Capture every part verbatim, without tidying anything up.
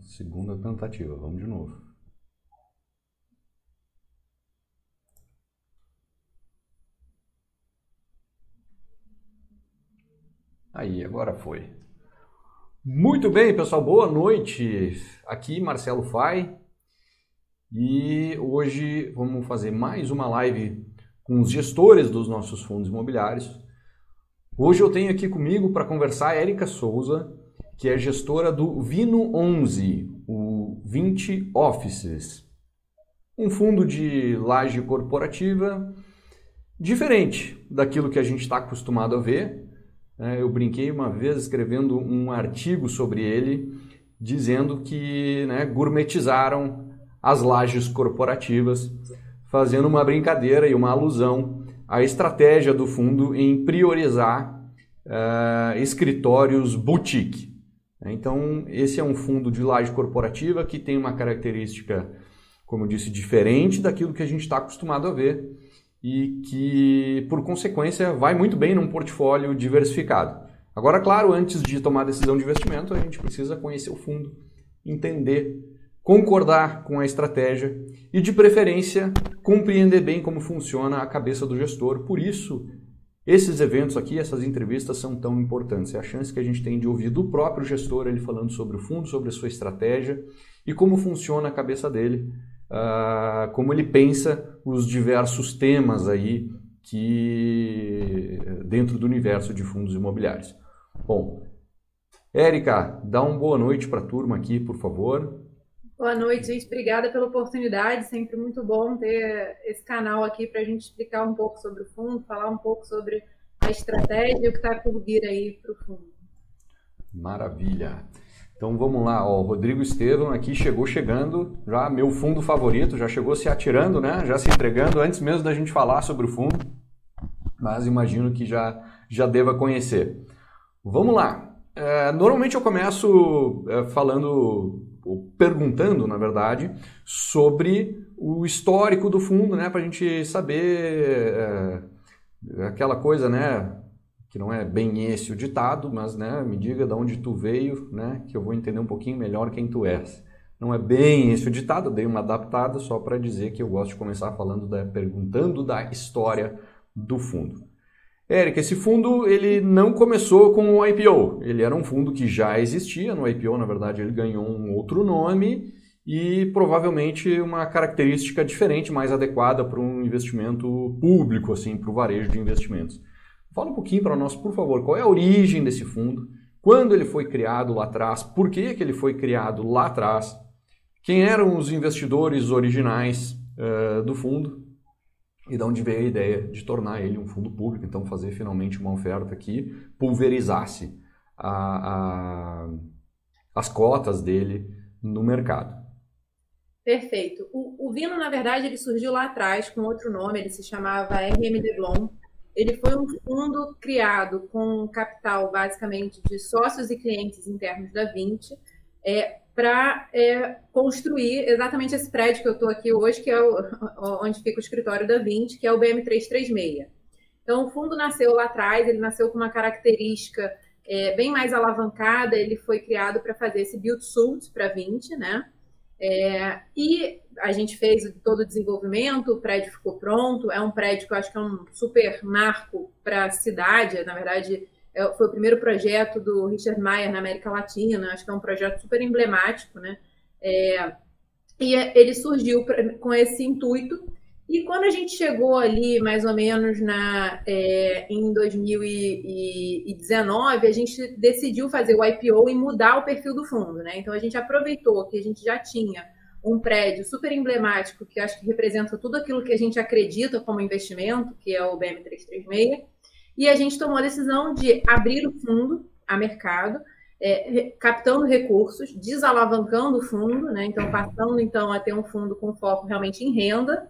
segunda tentativa, vamos de novo. Aí, agora foi. Muito bem, pessoal, boa noite. Aqui Marcelo Fai e hoje vamos fazer mais uma live com os gestores dos nossos fundos imobiliários. Hoje eu tenho aqui comigo para conversar a Érica Souza, que é gestora do Vino onze, o vinte Offices, um fundo de laje corporativa diferente daquilo que a gente está acostumado a ver. Eu brinquei uma vez escrevendo um artigo sobre ele, dizendo que, né, gourmetizaram as lajes corporativas, fazendo uma brincadeira e uma alusão à estratégia do fundo em priorizar uh, escritórios boutique. Então, esse é um fundo de laje corporativa que tem uma característica, como eu disse, diferente daquilo que a gente está acostumado a ver e que, por consequência, vai muito bem num portfólio diversificado. Agora, claro, antes de tomar a decisão de investimento, a gente precisa conhecer o fundo, entender, concordar com a estratégia e, de preferência, compreender bem como funciona a cabeça do gestor. Por isso, esses eventos aqui, essas entrevistas são tão importantes. É a chance que a gente tem de ouvir do próprio gestor, ele falando sobre o fundo, sobre a sua estratégia e como funciona a cabeça dele, uh, como ele pensa os diversos temas aí que dentro do universo de fundos imobiliários. Bom, Érica, dá uma boa noite para a turma aqui, por favor. Boa noite, gente. Obrigada pela oportunidade. Sempre muito bom ter esse canal aqui para a gente explicar um pouco sobre o fundo, falar um pouco sobre a estratégia e o que está por vir aí para o fundo. Maravilha. Então vamos lá, ó, o Rodrigo Estevam aqui chegou chegando, já meu fundo favorito, já chegou se atirando, né? Já se entregando antes mesmo da gente falar sobre o fundo, mas imagino que já, já deva conhecer. Vamos lá. É, normalmente eu começo é, falando... perguntando, na verdade, sobre o histórico do fundo, né, para a gente saber é, aquela coisa, né, que não é bem esse o ditado, mas, né, me diga de onde tu veio, né, que eu vou entender um pouquinho melhor quem tu és. Não é bem esse o ditado, eu dei uma adaptada só para dizer que eu gosto de começar falando da, perguntando da história do fundo. Érica, esse fundo ele não começou com o I P O, ele era um fundo que já existia, no I P O na verdade ele ganhou um outro nome e provavelmente uma característica diferente, mais adequada para um investimento público, assim, para o varejo de investimentos. Fala um pouquinho para nós, por favor, qual é a origem desse fundo, quando ele foi criado lá atrás, por que, que ele foi criado lá atrás, quem eram os investidores originais uh, do fundo, e de onde veio a ideia de tornar ele um fundo público, então fazer finalmente uma oferta que pulverizasse a, a, as cotas dele no mercado. Perfeito. O, o Vino, na verdade, ele surgiu lá atrás com outro nome, ele se chamava R M Leblon. Ele foi um fundo criado com capital, basicamente, de sócios e clientes internos da vinte, é, para é, construir exatamente esse prédio que eu estou aqui hoje, que é o, onde fica o escritório da vinte, que é o B M trezentos e trinta e seis. Então, o fundo nasceu lá atrás, ele nasceu com uma característica é, bem mais alavancada, ele foi criado para fazer esse build-to-suit para vinte, né? É, e a gente fez todo o desenvolvimento, o prédio ficou pronto, é um prédio que eu acho que é um super marco para a cidade, na verdade... Foi o primeiro projeto do Richard Meier na América Latina, acho que é um projeto super emblemático, né? É, e ele surgiu pra, com esse intuito, e quando a gente chegou ali, mais ou menos na, é, em dois mil e dezenove, a gente decidiu fazer o I P O e mudar o perfil do fundo, né? Então a gente aproveitou que a gente já tinha um prédio super emblemático, que acho que representa tudo aquilo que a gente acredita como investimento, que é o B M trezentos e trinta e seis, e a gente tomou a decisão de abrir o fundo a mercado, é, captando recursos, desalavancando o fundo, né? Então passando então a ter um fundo com foco realmente em renda,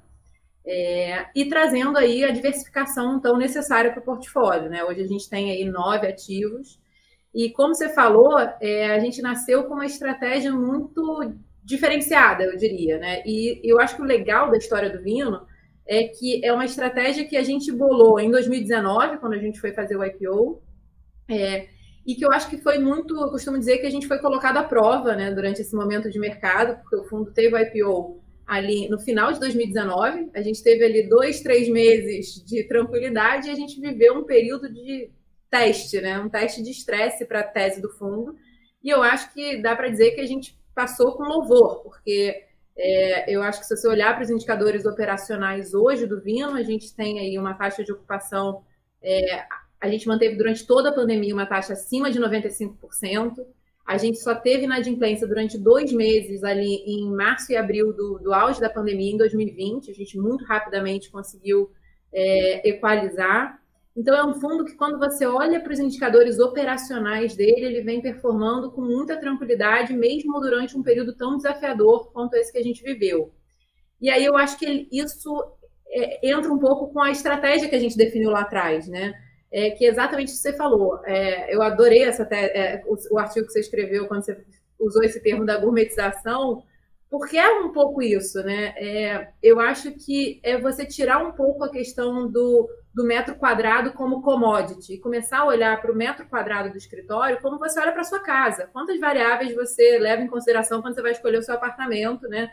é, e trazendo aí a diversificação tão necessária para o portfólio, né? Hoje a gente tem aí nove ativos, e como você falou, é, a gente nasceu com uma estratégia muito diferenciada, eu diria, né? E eu acho que o legal da história do Vino é que é uma estratégia que a gente bolou em dois mil e dezenove, quando a gente foi fazer o I P O, é, e que eu acho que foi muito, eu costumo dizer que a gente foi colocado à prova, né, durante esse momento de mercado, porque o fundo teve o I P O ali no final de dois mil e dezenove, a gente teve ali dois, três meses de tranquilidade e a gente viveu um período de teste, né, um teste de estresse para a tese do fundo, e eu acho que dá para dizer que a gente passou com louvor, porque é, eu acho que se você olhar para os indicadores operacionais hoje do Vino, a gente tem aí uma taxa de ocupação, é, a gente manteve durante toda a pandemia uma taxa acima de noventa e cinco por cento, a gente só teve inadimplência durante dois meses ali em março e abril do, do auge da pandemia em dois mil e vinte, a gente muito rapidamente conseguiu é, equalizar. Então, é um fundo que, quando você olha para os indicadores operacionais dele, ele vem performando com muita tranquilidade, mesmo durante um período tão desafiador quanto esse que a gente viveu. E aí eu acho que isso é, entra um pouco com a estratégia que a gente definiu lá atrás, né? É, que é exatamente o que você falou. É, eu adorei essa te- é, o, o artigo que você escreveu quando você usou esse termo da gourmetização, porque é um pouco isso, né? É, eu acho que é você tirar um pouco a questão do, do metro quadrado como commodity e começar a olhar para o metro quadrado do escritório como você olha para a sua casa. Quantas variáveis você leva em consideração quando você vai escolher o seu apartamento, né?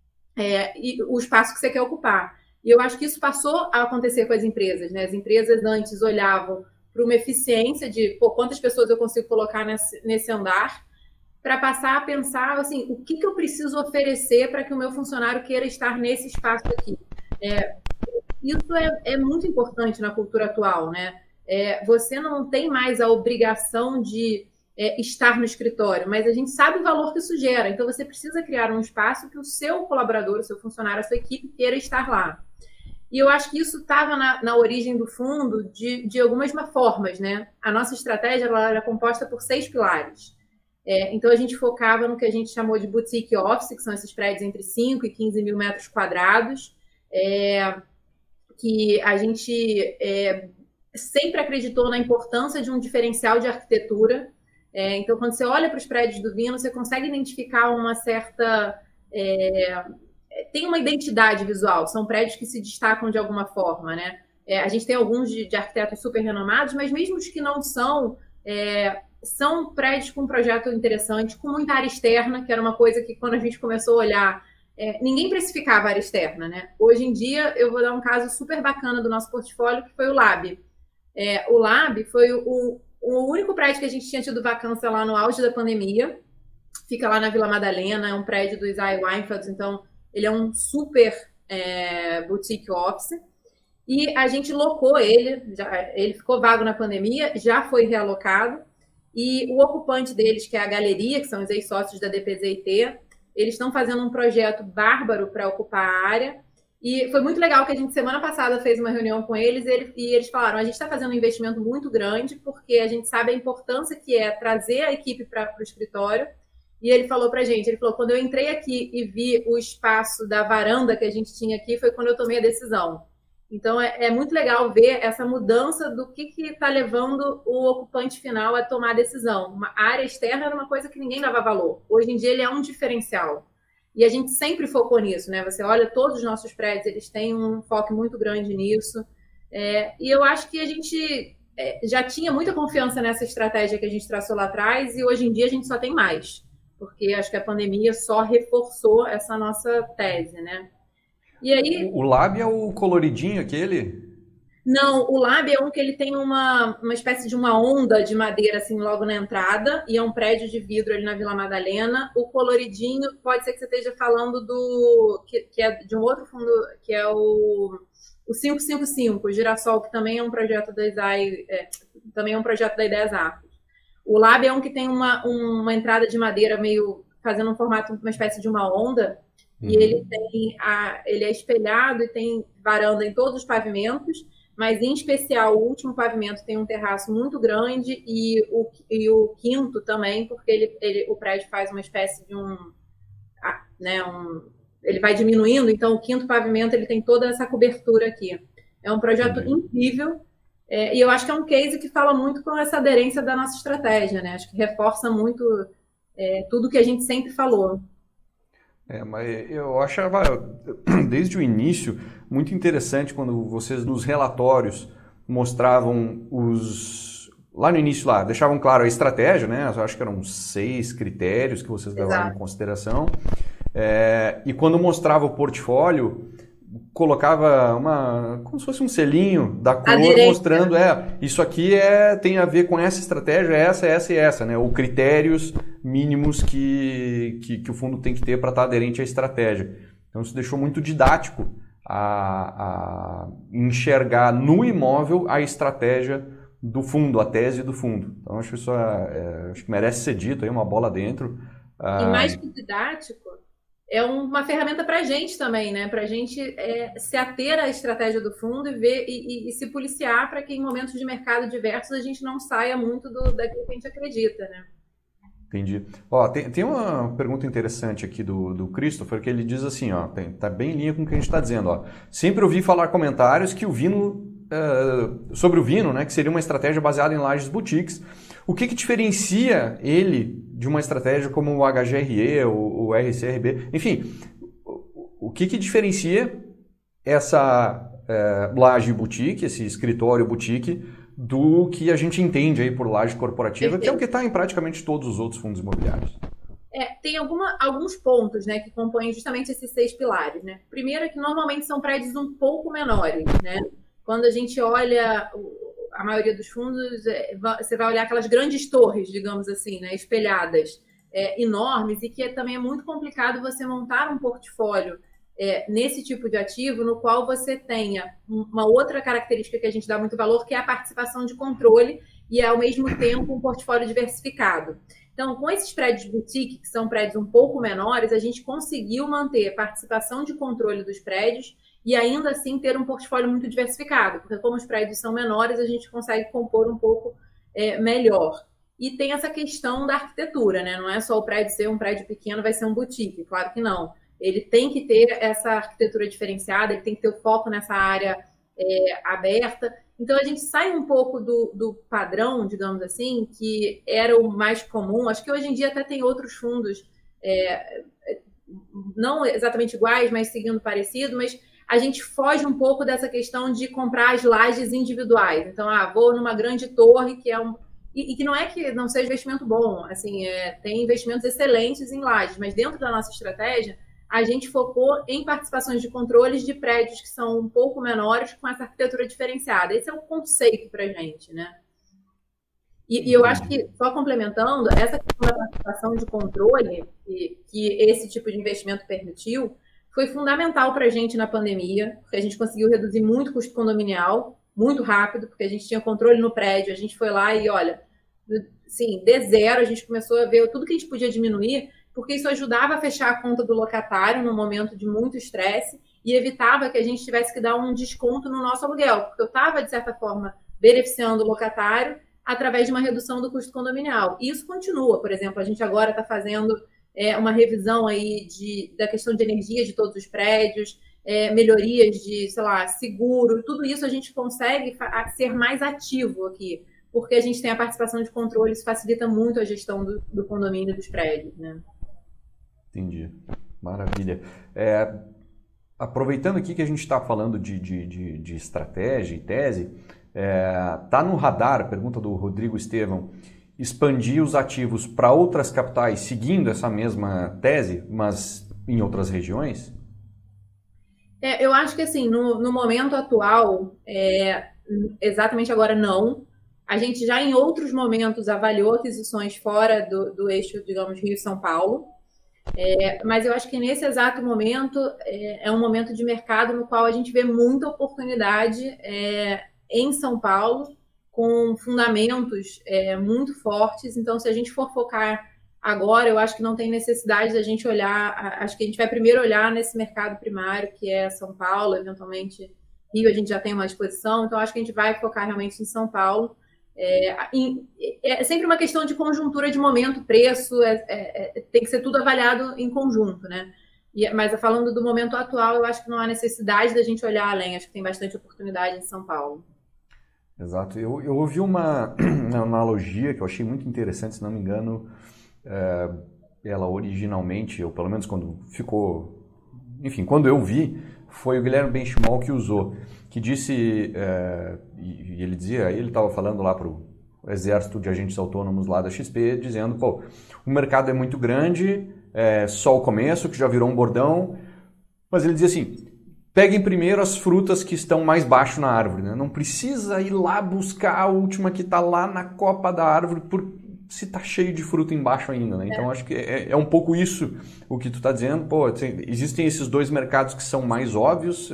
É, e o espaço que você quer ocupar. E eu acho que isso passou a acontecer com as empresas, né? As empresas antes olhavam para uma eficiência de pô, quantas pessoas eu consigo colocar nesse, nesse andar, para passar a pensar assim, o que, que eu preciso oferecer para que o meu funcionário queira estar nesse espaço aqui. É, isso é, é muito importante na cultura atual, né? É, você não tem mais a obrigação de é, estar no escritório, mas a gente sabe o valor que isso gera. Então, você precisa criar um espaço que o seu colaborador, o seu funcionário, a sua equipe queira estar lá. E eu acho que isso estava na, na origem do fundo de, de algumas formas, né? A nossa estratégia ela era composta por seis pilares. É, então, a gente focava no que a gente chamou de boutique office, que são esses prédios entre cinco e quinze mil metros quadrados, é, que a gente é, sempre acreditou na importância de um diferencial de arquitetura. É, então, quando você olha para os prédios do Vino, você consegue identificar uma certa... É, tem uma identidade visual, são prédios que se destacam de alguma forma, né? É, a gente tem alguns de, de arquitetos super renomados, mas mesmo os que não são, é, são prédios com um projeto interessante, com muita área externa, que era uma coisa que quando a gente começou a olhar, é, ninguém precificava a área externa, né? Hoje em dia, eu vou dar um caso super bacana do nosso portfólio, que foi o Lab. É, o Lab foi o, o único prédio que a gente tinha tido vacância lá no auge da pandemia, fica lá na Vila Madalena, é um prédio do Isaiah Weinfeld, então ele é um super é, boutique office. E a gente locou ele, já, ele ficou vago na pandemia, já foi realocado. E o ocupante deles, que é a Galeria, que são os ex-sócios da D P Z I T, eles estão fazendo um projeto bárbaro para ocupar a área. E foi muito legal que a gente, semana passada, fez uma reunião com eles e, ele, e eles falaram, a gente está fazendo um investimento muito grande, porque a gente sabe a importância que é trazer a equipe para o escritório. E ele falou pra gente, ele falou, quando eu entrei aqui e vi o espaço da varanda que a gente tinha aqui, foi quando eu tomei a decisão. Então, é, é muito legal ver essa mudança do que está levando o ocupante final a tomar a decisão. Uma área externa era uma coisa que ninguém dava valor. Hoje em dia, ele é um diferencial. E a gente sempre focou nisso, né? Você olha, todos os nossos prédios, eles têm um foco muito grande nisso. É, e eu acho que a gente é, já tinha muita confiança nessa estratégia que a gente traçou lá atrás e hoje em dia a gente só tem mais. Porque acho que a pandemia só reforçou essa nossa tese, né? E aí... O Lab é o coloridinho aquele? Não, o Lab é um que ele tem uma, uma espécie de uma onda de madeira assim logo na entrada e é um prédio de vidro ali na Vila Madalena. O coloridinho pode ser que você esteja falando do que, que é de um outro fundo, que é o, o quinhentos e cinquenta e cinco, o Girassol, que também é um projeto da Isai, é, também é um projeto da Ideias Arcos. O Lab é um que tem uma, uma entrada de madeira meio fazendo um formato, uma espécie de uma onda, uhum. E ele tem a, ele é espelhado e tem varanda em todos os pavimentos, mas em especial o último pavimento tem um terraço muito grande e o, e o quinto também, porque ele, ele, o prédio faz uma espécie de um, né, um, ele vai diminuindo, então o quinto pavimento ele tem toda essa cobertura aqui. É um projeto uhum. incrível. É, e eu acho que é um case que fala muito com essa aderência da nossa estratégia, né? Acho que reforça muito é, tudo que a gente sempre falou. É, mas eu achava, desde o início, muito interessante quando vocês nos relatórios mostravam os, lá no início, lá, deixavam claro a estratégia, né? Eu acho que eram seis critérios que vocês levaram em consideração. É, e quando mostrava o portfólio, colocava uma, como se fosse um selinho da cor mostrando, é, isso aqui é, tem a ver com essa estratégia, essa, essa e essa, né? Ou critérios mínimos que, que, que o fundo tem que ter para estar aderente à estratégia. Então isso deixou muito didático a, a enxergar no imóvel a estratégia do fundo, a tese do fundo. Então acho que isso é, é, acho que merece ser dito, aí, uma bola dentro. E mais que didático, é uma ferramenta para a gente também, né? Para a gente é, se ater à estratégia do fundo e ver e, e, e se policiar para que em momentos de mercado diversos a gente não saia muito do, daquilo que a gente acredita, né? Entendi. Ó, tem, tem uma pergunta interessante aqui do, do Christopher, que ele diz assim, ó, tem, tá bem em linha com o que a gente está dizendo, ó. Sempre ouvi falar comentários que o Vino, uh, sobre o Vino, né, que seria uma estratégia baseada em lajes boutiques. O que que diferencia ele de uma estratégia como o H G R E, o, o R C R B? Enfim, o, o que que diferencia essa uh, laje boutique, esse escritório boutique, do que a gente entende aí por laje corporativa, Perfeito. Que é o que está em praticamente todos os outros fundos imobiliários. É, tem alguma, alguns pontos, né, que compõem justamente esses seis pilares, né? Primeiro é que normalmente são prédios um pouco menores, né? Quando a gente olha a maioria dos fundos, é, você vai olhar aquelas grandes torres, digamos assim, né, espelhadas, é, enormes, e que também é muito complicado você montar um portfólio É, nesse tipo de ativo, no qual você tenha uma outra característica que a gente dá muito valor, que é a participação de controle e, ao mesmo tempo, um portfólio diversificado. Então, com esses prédios boutique, que são prédios um pouco menores, a gente conseguiu manter a participação de controle dos prédios e, ainda assim, ter um portfólio muito diversificado, porque como os prédios são menores, a gente consegue compor um pouco é, melhor. E tem essa questão da arquitetura, né? Não é só o prédio ser um prédio pequeno, vai ser um boutique, claro que não. Ele tem que ter essa arquitetura diferenciada, ele tem que ter o foco nessa área é, aberta. Então, a gente sai um pouco do, do padrão, digamos assim, que era o mais comum. Acho que hoje em dia até tem outros fundos, é, não exatamente iguais, mas seguindo parecido, mas a gente foge um pouco dessa questão de comprar as lajes individuais. Então, ah, vou numa grande torre, que é um... E, e que não é que não seja investimento bom, assim, é, tem investimentos excelentes em lajes, mas dentro da nossa estratégia, a gente focou em participações de controles de prédios que são um pouco menores com essa arquitetura diferenciada. Esse é o conceito para a gente, né? E, e eu acho que, só complementando, essa questão da participação de controle que, que esse tipo de investimento permitiu foi fundamental para a gente na pandemia, porque a gente conseguiu reduzir muito o custo condominial, muito rápido, porque a gente tinha controle no prédio, a gente foi lá e, olha, sim, de zero, a gente começou a ver tudo que a gente podia diminuir, porque isso ajudava a fechar a conta do locatário no momento de muito estresse e evitava que a gente tivesse que dar um desconto no nosso aluguel, porque eu estava, de certa forma, beneficiando o locatário através de uma redução do custo condominial. E isso continua, por exemplo, a gente agora está fazendo é, uma revisão aí de, da questão de energia de todos os prédios, é, melhorias de, sei lá, seguro, tudo isso a gente consegue ser mais ativo aqui, porque a gente tem a participação de controle, isso facilita muito a gestão do, do condomínio e dos prédios, né? Entendi. Maravilha. É, aproveitando aqui que a gente está falando de, de, de, de estratégia e tese, é, tá no radar, pergunta do Rodrigo Estevão, expandir os ativos para outras capitais seguindo essa mesma tese, mas em outras regiões? É, eu acho que assim, no, no momento atual, é, exatamente agora não. A gente já em outros momentos avaliou aquisições fora do, do eixo, digamos, Rio-São Paulo. É, mas eu acho que nesse exato momento é, é um momento de mercado no qual a gente vê muita oportunidade é, em São Paulo, com fundamentos é, muito fortes. Então, se a gente for focar agora, eu acho que não tem necessidade da gente olhar, acho que a gente vai primeiro olhar nesse mercado primário, que é São Paulo, eventualmente Rio, a gente já tem uma exposição, então acho que a gente vai focar realmente em São Paulo. É, é sempre uma questão de conjuntura de momento, preço, é, é, tem que ser tudo avaliado em conjunto, né? E, mas falando do momento atual, eu acho que não há necessidade da gente olhar além, acho que tem bastante oportunidade em São Paulo. Exato. Eu, eu ouvi uma, uma analogia que eu achei muito interessante, se não me engano, é, ela originalmente, ou pelo menos quando ficou, enfim, quando eu vi, foi o Guilherme Benchimol que usou, que disse, é, e ele dizia, ele estava falando lá para o exército de agentes autônomos lá da X P, dizendo, pô, o mercado é muito grande, é só o começo, que já virou um bordão, mas ele dizia assim, peguem primeiro as frutas que estão mais baixo na árvore, né? Não precisa ir lá buscar a última que está lá na copa da árvore, por, se está cheio de fruta embaixo ainda, né? Então, é. acho que é, é um pouco isso o que tu está dizendo. Pô, assim, existem esses dois mercados que são mais óbvios.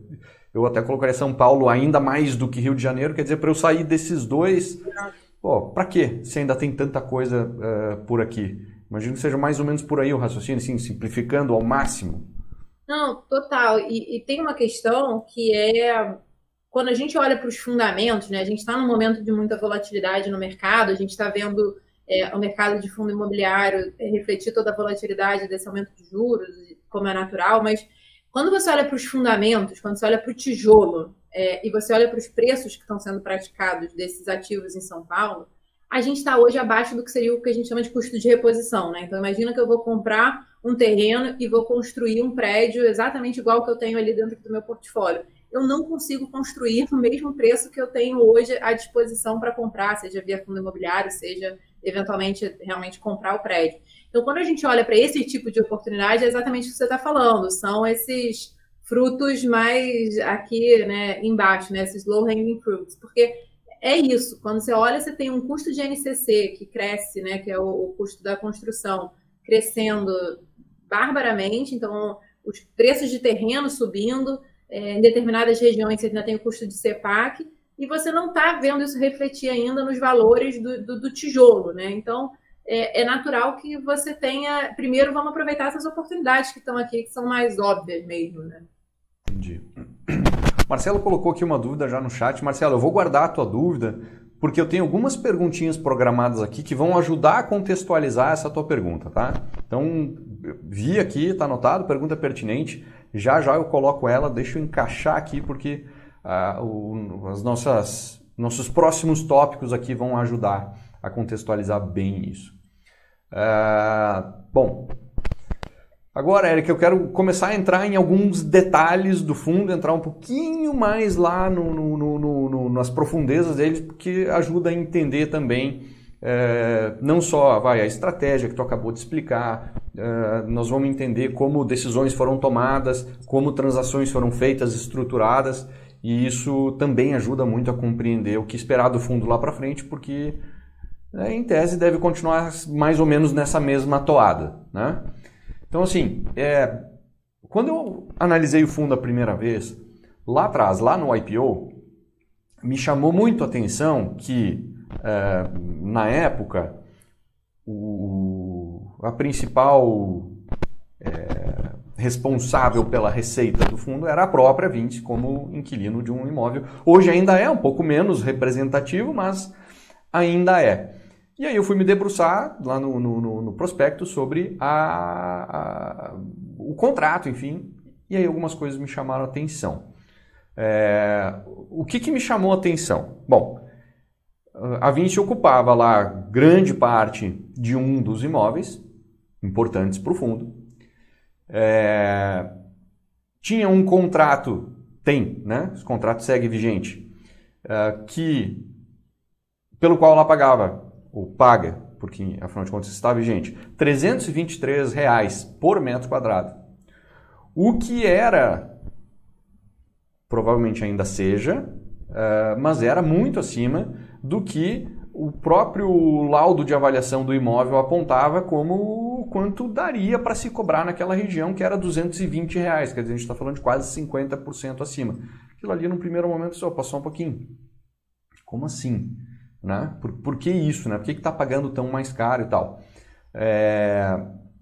Eu até colocaria São Paulo ainda mais do que Rio de Janeiro. Quer dizer, para eu sair desses dois, pô, para quê? Se ainda tem tanta coisa uh, por aqui. Imagino que seja mais ou menos por aí o raciocínio, assim, simplificando ao máximo. Não, total. E, e tem uma questão que é... Quando a gente olha para os fundamentos, né, a gente está num momento de muita volatilidade no mercado, a gente está vendo é, o mercado de fundo imobiliário é, refletir toda a volatilidade desse aumento de juros, como é natural, mas quando você olha para os fundamentos, quando você olha para o tijolo é, e você olha para os preços que estão sendo praticados desses ativos em São Paulo, a gente está hoje abaixo do que seria o que a gente chama de custo de reposição, né? Então, imagina que eu vou comprar um terreno e vou construir um prédio exatamente igual que eu tenho ali dentro do meu portfólio. Eu não consigo construir no mesmo preço que eu tenho hoje à disposição para comprar, seja via fundo imobiliário, seja eventualmente realmente comprar o prédio. Então, quando a gente olha para esse tipo de oportunidade, é exatamente o que você está falando, são esses frutos mais aqui, né, embaixo, né, esses low hanging fruits, porque é isso, quando você olha, você tem um custo de N C C que cresce, né, que é o, o custo da construção, crescendo barbaramente, então os preços de terreno subindo, É, em determinadas regiões você ainda tem o custo de CEPAC e você não está vendo isso refletir ainda nos valores do, do, do tijolo, né? Então, é, é natural que você tenha... Primeiro, vamos aproveitar essas oportunidades que estão aqui, que são mais óbvias mesmo, né? Entendi. Marcelo colocou aqui uma dúvida já no chat. Marcelo, eu vou guardar a tua dúvida, porque eu tenho algumas perguntinhas programadas aqui que vão ajudar a contextualizar essa tua pergunta, tá? Então, vi aqui, tá anotado, pergunta pertinente. Já já eu coloco ela, deixa eu encaixar aqui, porque uh, o, as nossas, nossos próximos tópicos aqui vão ajudar a contextualizar bem isso. Uh, bom, agora, Eric, eu quero começar a entrar em alguns detalhes do fundo, entrar um pouquinho mais lá no, no, no, no, nas profundezas deles, porque ajuda a entender também é, não só vai, a estratégia que tu acabou de explicar, é, nós vamos entender como decisões foram tomadas, como transações foram feitas, estruturadas, e isso também ajuda muito a compreender o que esperar do fundo lá para frente, porque é, em tese deve continuar mais ou menos nessa mesma toada, né? Então, assim, é, quando eu analisei o fundo a primeira vez, lá atrás, lá no I P O, me chamou muito a atenção que, é, na época, o, a principal é, responsável pela receita do fundo era a própria Vinci como inquilino de um imóvel. Hoje ainda é um pouco menos representativo, mas ainda é. E aí eu fui me debruçar lá no, no, no prospecto sobre a, a, o contrato, enfim, e aí algumas coisas me chamaram a atenção. É, o que, que me chamou a atenção? Bom, a Vinci ocupava lá grande parte de um dos imóveis importantes para o fundo. É, tinha um contrato, tem, né? Esse contrato segue vigente, é, que, pelo qual ela pagava ou paga, porque afinal de contas está vigente, trezentos e vinte e três reais por metro quadrado. O que era, provavelmente ainda seja, uh, mas era muito acima do que o próprio laudo de avaliação do imóvel apontava como quanto daria para se cobrar naquela região, que era duzentos e vinte reais, quer dizer, a gente está falando de quase cinquenta por cento acima. Aquilo ali, no primeiro momento, só passou um pouquinho. Como assim? Né? Por, por que isso? Né? Por que está pagando tão mais caro e tal? É...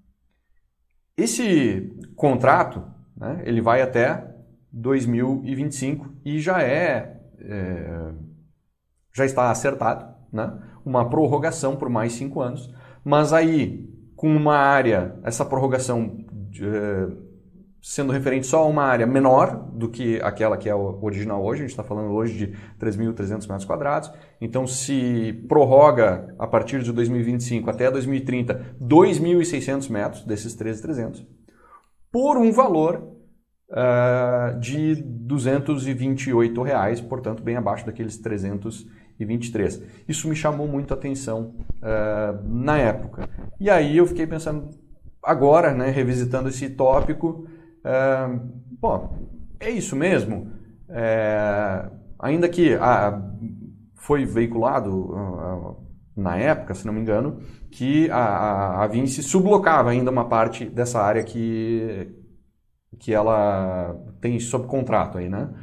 Esse contrato, né, ele vai até dois mil e vinte e cinco e já é, é já está acertado, né? Uma prorrogação por mais cinco anos, mas aí com uma área, essa prorrogação é, sendo referente só a uma área menor do que aquela que é original hoje, a gente está falando hoje de três mil e trezentos metros quadrados, então se prorroga a partir de dois mil e vinte e cinco até dois mil e trinta, dois mil e seiscentos metros desses três mil e trezentos, por um valor uh, de duzentos e vinte e oito reais, portanto bem abaixo daqueles trezentos e vinte e três. Isso me chamou muito a atenção uh, na época. E aí eu fiquei pensando, agora, né, revisitando esse tópico, uh, pô, é isso mesmo? É, ainda que ah, foi veiculado uh, na época, se não me engano, que a, a, a Vinci sublocava ainda uma parte dessa área que, que ela tem sob contrato aí, né?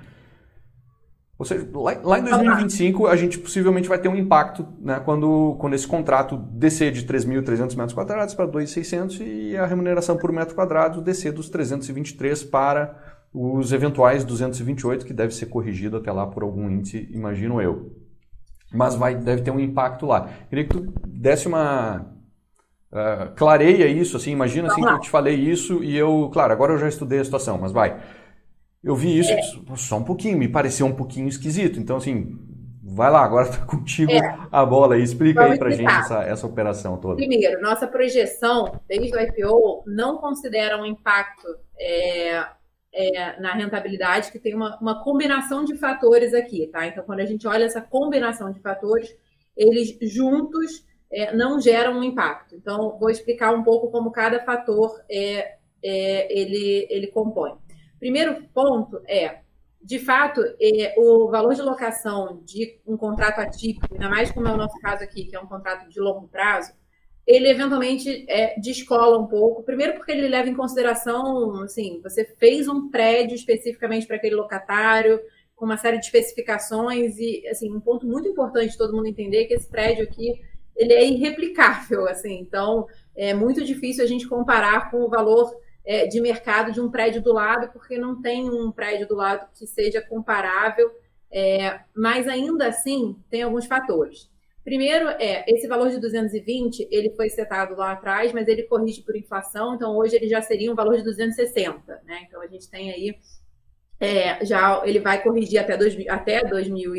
Ou seja, lá, lá em dois mil e vinte e cinco a gente possivelmente vai ter um impacto, né, quando, quando esse contrato descer de três mil e trezentos metros quadrados para dois mil e seiscentos e a remuneração por metro quadrado descer dos trezentos e vinte e três para os eventuais duzentos e vinte e oito, que deve ser corrigido até lá por algum índice, imagino eu. Mas vai, deve ter um impacto lá. Queria que tu desse uma... Uh, clareia isso, assim, imagina assim que eu te falei isso e eu... Claro, agora eu já estudei a situação, mas vai... Eu vi isso é. só um pouquinho, me pareceu um pouquinho esquisito. Então, assim, vai lá, agora está contigo é. a bola aí. Explica Vamos aí para gente essa, essa operação toda. Primeiro, nossa projeção, desde o I P O, não considera um impacto é, é, na rentabilidade, que tem uma, uma combinação de fatores aqui, tá? Então, quando a gente olha essa combinação de fatores, eles juntos é, não geram um impacto. Então, vou explicar um pouco como cada fator é, é, ele, ele compõe. Primeiro ponto é, de fato, é, o valor de locação de um contrato atípico, ainda mais como é o nosso caso aqui, que é um contrato de longo prazo, ele eventualmente é, descola um pouco. Primeiro porque ele leva em consideração, assim, você fez um prédio especificamente para aquele locatário, com uma série de especificações e, assim, um ponto muito importante de todo mundo entender é que esse prédio aqui, ele é irreplicável, assim, então é muito difícil a gente comparar com o valor É, de mercado de um prédio do lado, porque não tem um prédio do lado que seja comparável, é, mas ainda assim tem alguns fatores. Primeiro é, esse valor de duzentos e vinte, ele foi setado lá atrás, mas ele corrige por inflação, então hoje ele já seria um valor de duzentos e sessenta, né? Então a gente tem aí, é, já ele vai corrigir até, dois, até dois mil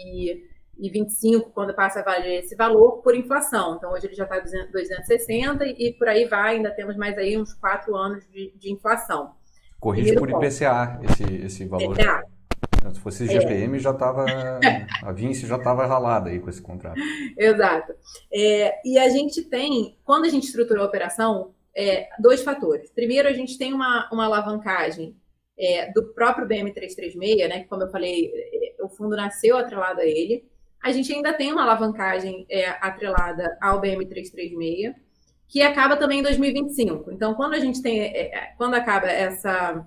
e vinte e cinco, quando passa a valer esse valor, por inflação. Então, hoje ele já está duzentos e sessenta e por aí vai, ainda temos mais aí uns quatro anos de, de inflação. Corrige por I P C A esse, esse valor. I P C A. Se fosse G P M, é. já estava... A Vinci já estava ralada aí com esse contrato. Exato. É, e a gente tem, quando a gente estruturou a operação, é, dois fatores. Primeiro, a gente tem uma, uma alavancagem é, do próprio B M trezentos e trinta e seis, né, que, como eu falei, o fundo nasceu atrelado a ele. A gente ainda tem uma alavancagem é, atrelada ao B M trezentos e trinta e seis, que acaba também em dois mil e vinte e cinco. Então, quando a gente tem, é, quando acaba essa,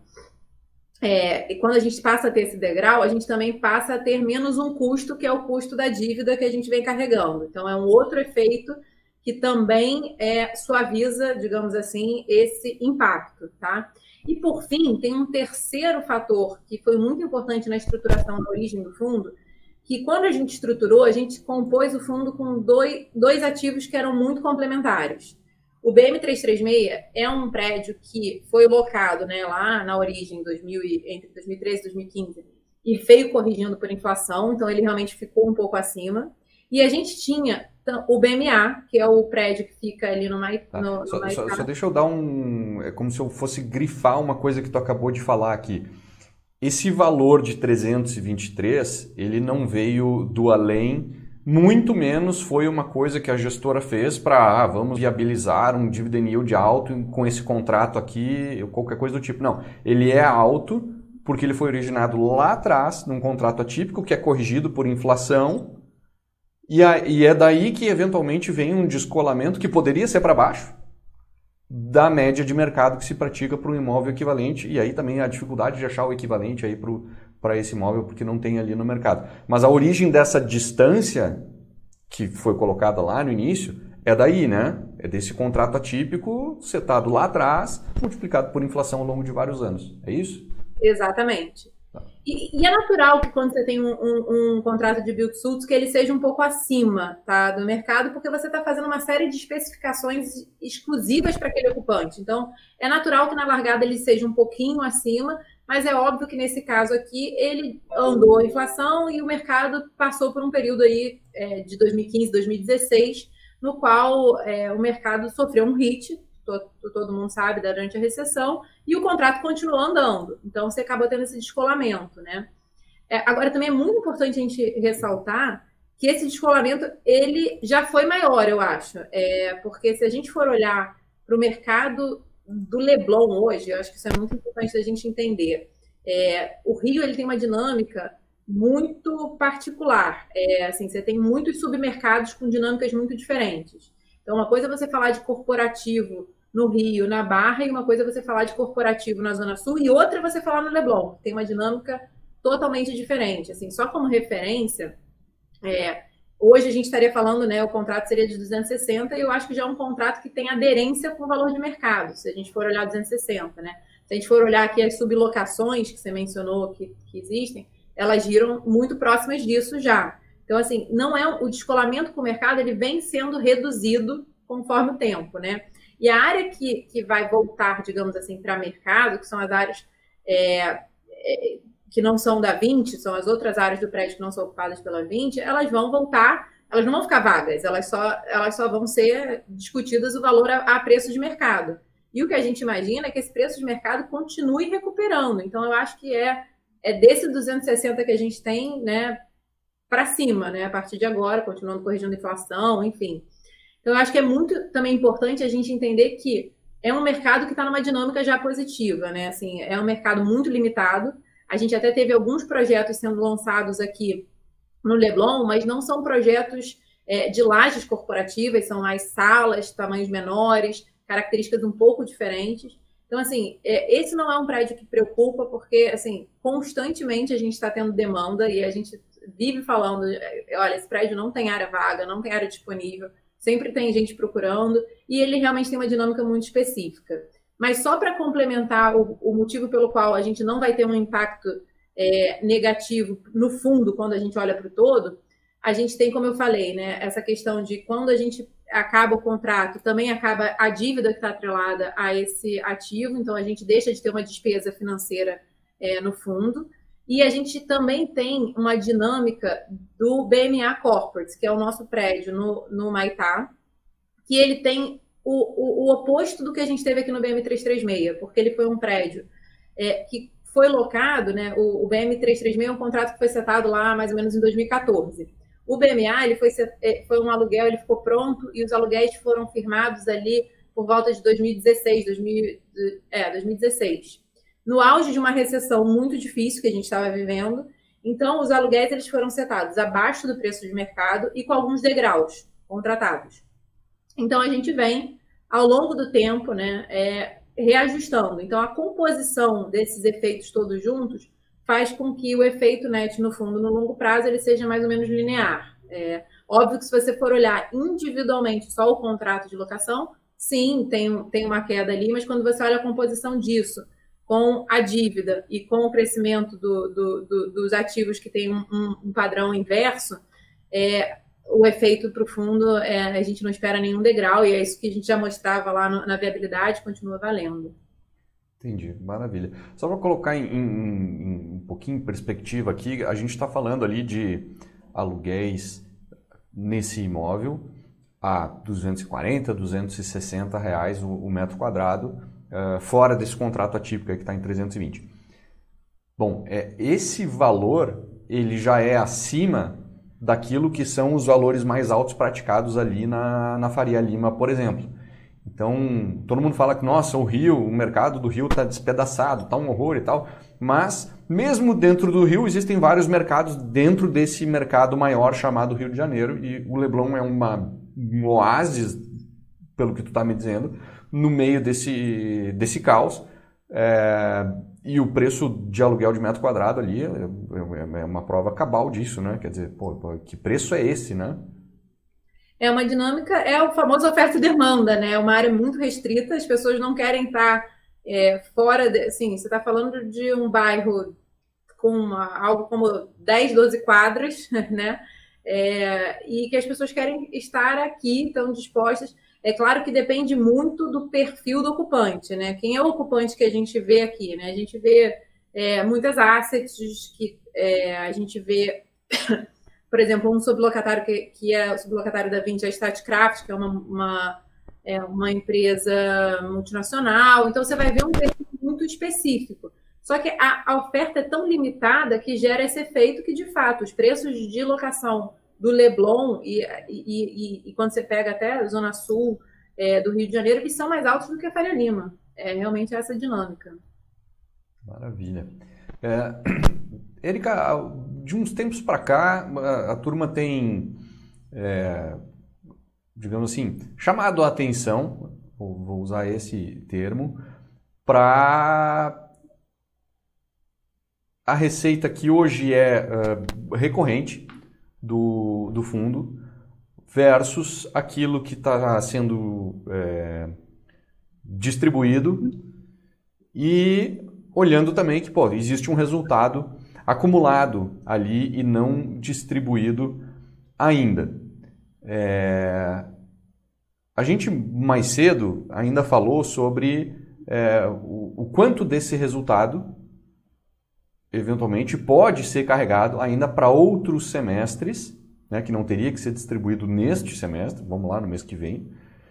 é, e quando a gente passa a ter esse degrau, a gente também passa a ter menos um custo, que é o custo da dívida que a gente vem carregando. Então, é um outro efeito que também é, suaviza, digamos assim, esse impacto, tá? E, por fim, tem um terceiro fator que foi muito importante na estruturação da origem do fundo, que quando a gente estruturou, a gente compôs o fundo com dois, dois ativos que eram muito complementares. O B M trezentos e trinta e seis é um prédio que foi locado, né, lá na origem, dois mil, entre dois mil e treze e dois mil e quinze, e veio corrigindo por inflação, então ele realmente ficou um pouco acima. E a gente tinha o B M A, que é o prédio que fica ali no Maitá. Tá. No, só, no só, só deixa eu dar um... É como se eu fosse grifar uma coisa que tu acabou de falar aqui. Esse valor de trezentos e vinte e três, ele não veio do além, muito menos foi uma coisa que a gestora fez para, ah, vamos viabilizar um dividend yield alto com esse contrato aqui, qualquer coisa do tipo. Não, ele é alto porque ele foi originado lá atrás, num contrato atípico que é corrigido por inflação, e, a, e é daí que eventualmente vem um descolamento que poderia ser para baixo, da média de mercado que se pratica para um imóvel equivalente, e aí também a dificuldade de achar o equivalente aí para esse imóvel, porque não tem ali no mercado. Mas a origem dessa distância que foi colocada lá no início é daí, né? É desse contrato atípico setado lá atrás, multiplicado por inflação ao longo de vários anos. É isso? Exatamente. E, e é natural que quando você tem um, um, um contrato de build-to-suits que ele seja um pouco acima, tá, do mercado, porque você está fazendo uma série de especificações exclusivas para aquele ocupante. Então, é natural que na largada ele seja um pouquinho acima, mas é óbvio que nesse caso aqui ele andou a inflação e o mercado passou por um período aí é, de dois mil e quinze, dois mil e dezesseis, no qual é, o mercado sofreu um hit, todo, todo mundo sabe, durante a recessão, e o contrato continuou andando. Então, você acabou tendo esse descolamento, né? É, agora, também é muito importante a gente ressaltar que esse descolamento ele já foi maior, eu acho. É, porque se a gente for olhar para o mercado do Leblon hoje, eu acho que isso é muito importante da gente entender. É, o Rio ele tem uma dinâmica muito particular. É, assim, você tem muitos submercados com dinâmicas muito diferentes. Então, uma coisa é você falar de corporativo no Rio, na Barra, e uma coisa é você falar de corporativo na Zona Sul, e outra é você falar no Leblon. Tem uma dinâmica totalmente diferente. Assim, só como referência, é, hoje a gente estaria falando, né, o contrato seria de duzentos e sessenta, e eu acho que já é um contrato que tem aderência com o valor de mercado, se a gente for olhar duzentos e sessenta, né? Se a gente for olhar aqui as sublocações que você mencionou que, que existem, elas giram muito próximas disso já. Então, assim, não é o descolamento com o mercado, ele vem sendo reduzido conforme o tempo, né? E a área que, que vai voltar, digamos assim, para mercado, que são as áreas é, é, que não são da vinte, são as outras áreas do prédio que não são ocupadas pela vinte, elas vão voltar, elas não vão ficar vagas, elas só, elas só vão ser discutidas o valor a, a preço de mercado. E o que a gente imagina é que esse preço de mercado continue recuperando. Então, eu acho que é, é desse duzentos e sessenta que a gente tem, né, para cima, né, a partir de agora, continuando corrigindo a inflação, enfim. Então, eu acho que é muito também importante a gente entender que é um mercado que está numa dinâmica já positiva, né? Assim, é um mercado muito limitado. A gente até teve alguns projetos sendo lançados aqui no Leblon, mas não são projetos é, de lajes corporativas, são mais salas, tamanhos menores, características um pouco diferentes. Então, assim, é, esse não é um prédio que preocupa, porque, assim, constantemente a gente está tendo demanda e a gente vive falando, olha, esse prédio não tem área vaga, não tem área disponível, sempre tem gente procurando, e ele realmente tem uma dinâmica muito específica. Mas só para complementar o, o motivo pelo qual a gente não vai ter um impacto é, negativo no fundo, quando a gente olha para o todo, a gente tem, como eu falei, né, essa questão de quando a gente acaba o contrato, também acaba a dívida que está atrelada a esse ativo, então a gente deixa de ter uma despesa financeira é, no fundo, e a gente também tem uma dinâmica do B M A Corporate, que é o nosso prédio no, no Maitá, que ele tem o, o, o oposto do que a gente teve aqui no B M trezentos e trinta e seis, porque ele foi um prédio é, que foi locado, né, o, o B M trezentos e trinta e seis é um contrato que foi setado lá mais ou menos em dois mil e quatorze. O B M A ele foi, foi um aluguel, ele ficou pronto e os aluguéis foram firmados ali por volta de dois mil e dezesseis, dois mil, é, dois mil e dezesseis. No auge de uma recessão muito difícil que a gente estava vivendo, então os aluguéis eles foram setados abaixo do preço de mercado e com alguns degraus contratados. Então a gente vem, ao longo do tempo, né, é, reajustando. Então a composição desses efeitos todos juntos faz com que o efeito net, no fundo, no longo prazo, ele seja mais ou menos linear. É, óbvio que se você for olhar individualmente só o contrato de locação, sim, tem, tem uma queda ali, mas quando você olha a composição disso, com a dívida e com o crescimento do, do, do, dos ativos que tem um, um padrão inverso, é, o efeito para o fundo, é, a gente não espera nenhum degrau, e é isso que a gente já mostrava lá no, na viabilidade, continua valendo. Entendi, maravilha. Só para colocar em, em, em um pouquinho em perspectiva aqui, a gente está falando ali de aluguéis nesse imóvel a duzentos e quarenta, duzentos e sessenta reais o, o metro quadrado, uh, fora desse contrato atípico aí que está em trezentos e vinte. Bom, é, esse valor ele já é acima daquilo que são os valores mais altos praticados ali na, na Faria Lima, por exemplo. Então, todo mundo fala que, nossa, o Rio, o mercado do Rio está despedaçado, está um horror e tal, mas mesmo dentro do Rio existem vários mercados dentro desse mercado maior chamado Rio de Janeiro, e o Leblon é uma, um oásis, pelo que tu está me dizendo, no meio desse, desse caos, é, e o preço de aluguel de metro quadrado ali é, é uma prova cabal disso, né? Quer dizer, pô, que preço é esse, né? É uma dinâmica, é o famoso oferta e demanda, né? É uma área muito restrita, as pessoas não querem estar é, fora, de, assim, você está falando de um bairro com uma, algo como dez, doze quadras, né? É, e que as pessoas querem estar aqui, estão dispostas. É claro que depende muito do perfil do ocupante, né? Quem é o ocupante que a gente vê aqui, né? A gente vê é, muitas assets que é, a gente vê... Por exemplo, um sublocatário que, que é o sublocatário da vinte, é a Statcraft, que é uma, uma, é uma empresa multinacional. Então, você vai ver um perfil muito específico. Só que a, a oferta é tão limitada que gera esse efeito que, de fato, os preços de locação do Leblon e, e, e, e quando você pega até a Zona Sul é, do Rio de Janeiro, eles são mais altos do que a Faria Lima. É realmente essa dinâmica. Maravilha. É, Érica, de uns tempos para cá, a, a turma tem, é, digamos assim, chamado a atenção, vou usar esse termo, para a receita que hoje é uh, recorrente do, do fundo versus aquilo que está sendo é, distribuído e olhando também que pô, existe um resultado acumulado ali e não distribuído ainda. É, a gente mais cedo ainda falou sobre é, o, o quanto desse resultado eventualmente pode ser carregado ainda para outros semestres, né, que não teria que ser distribuído neste semestre, vamos lá, no mês que vem.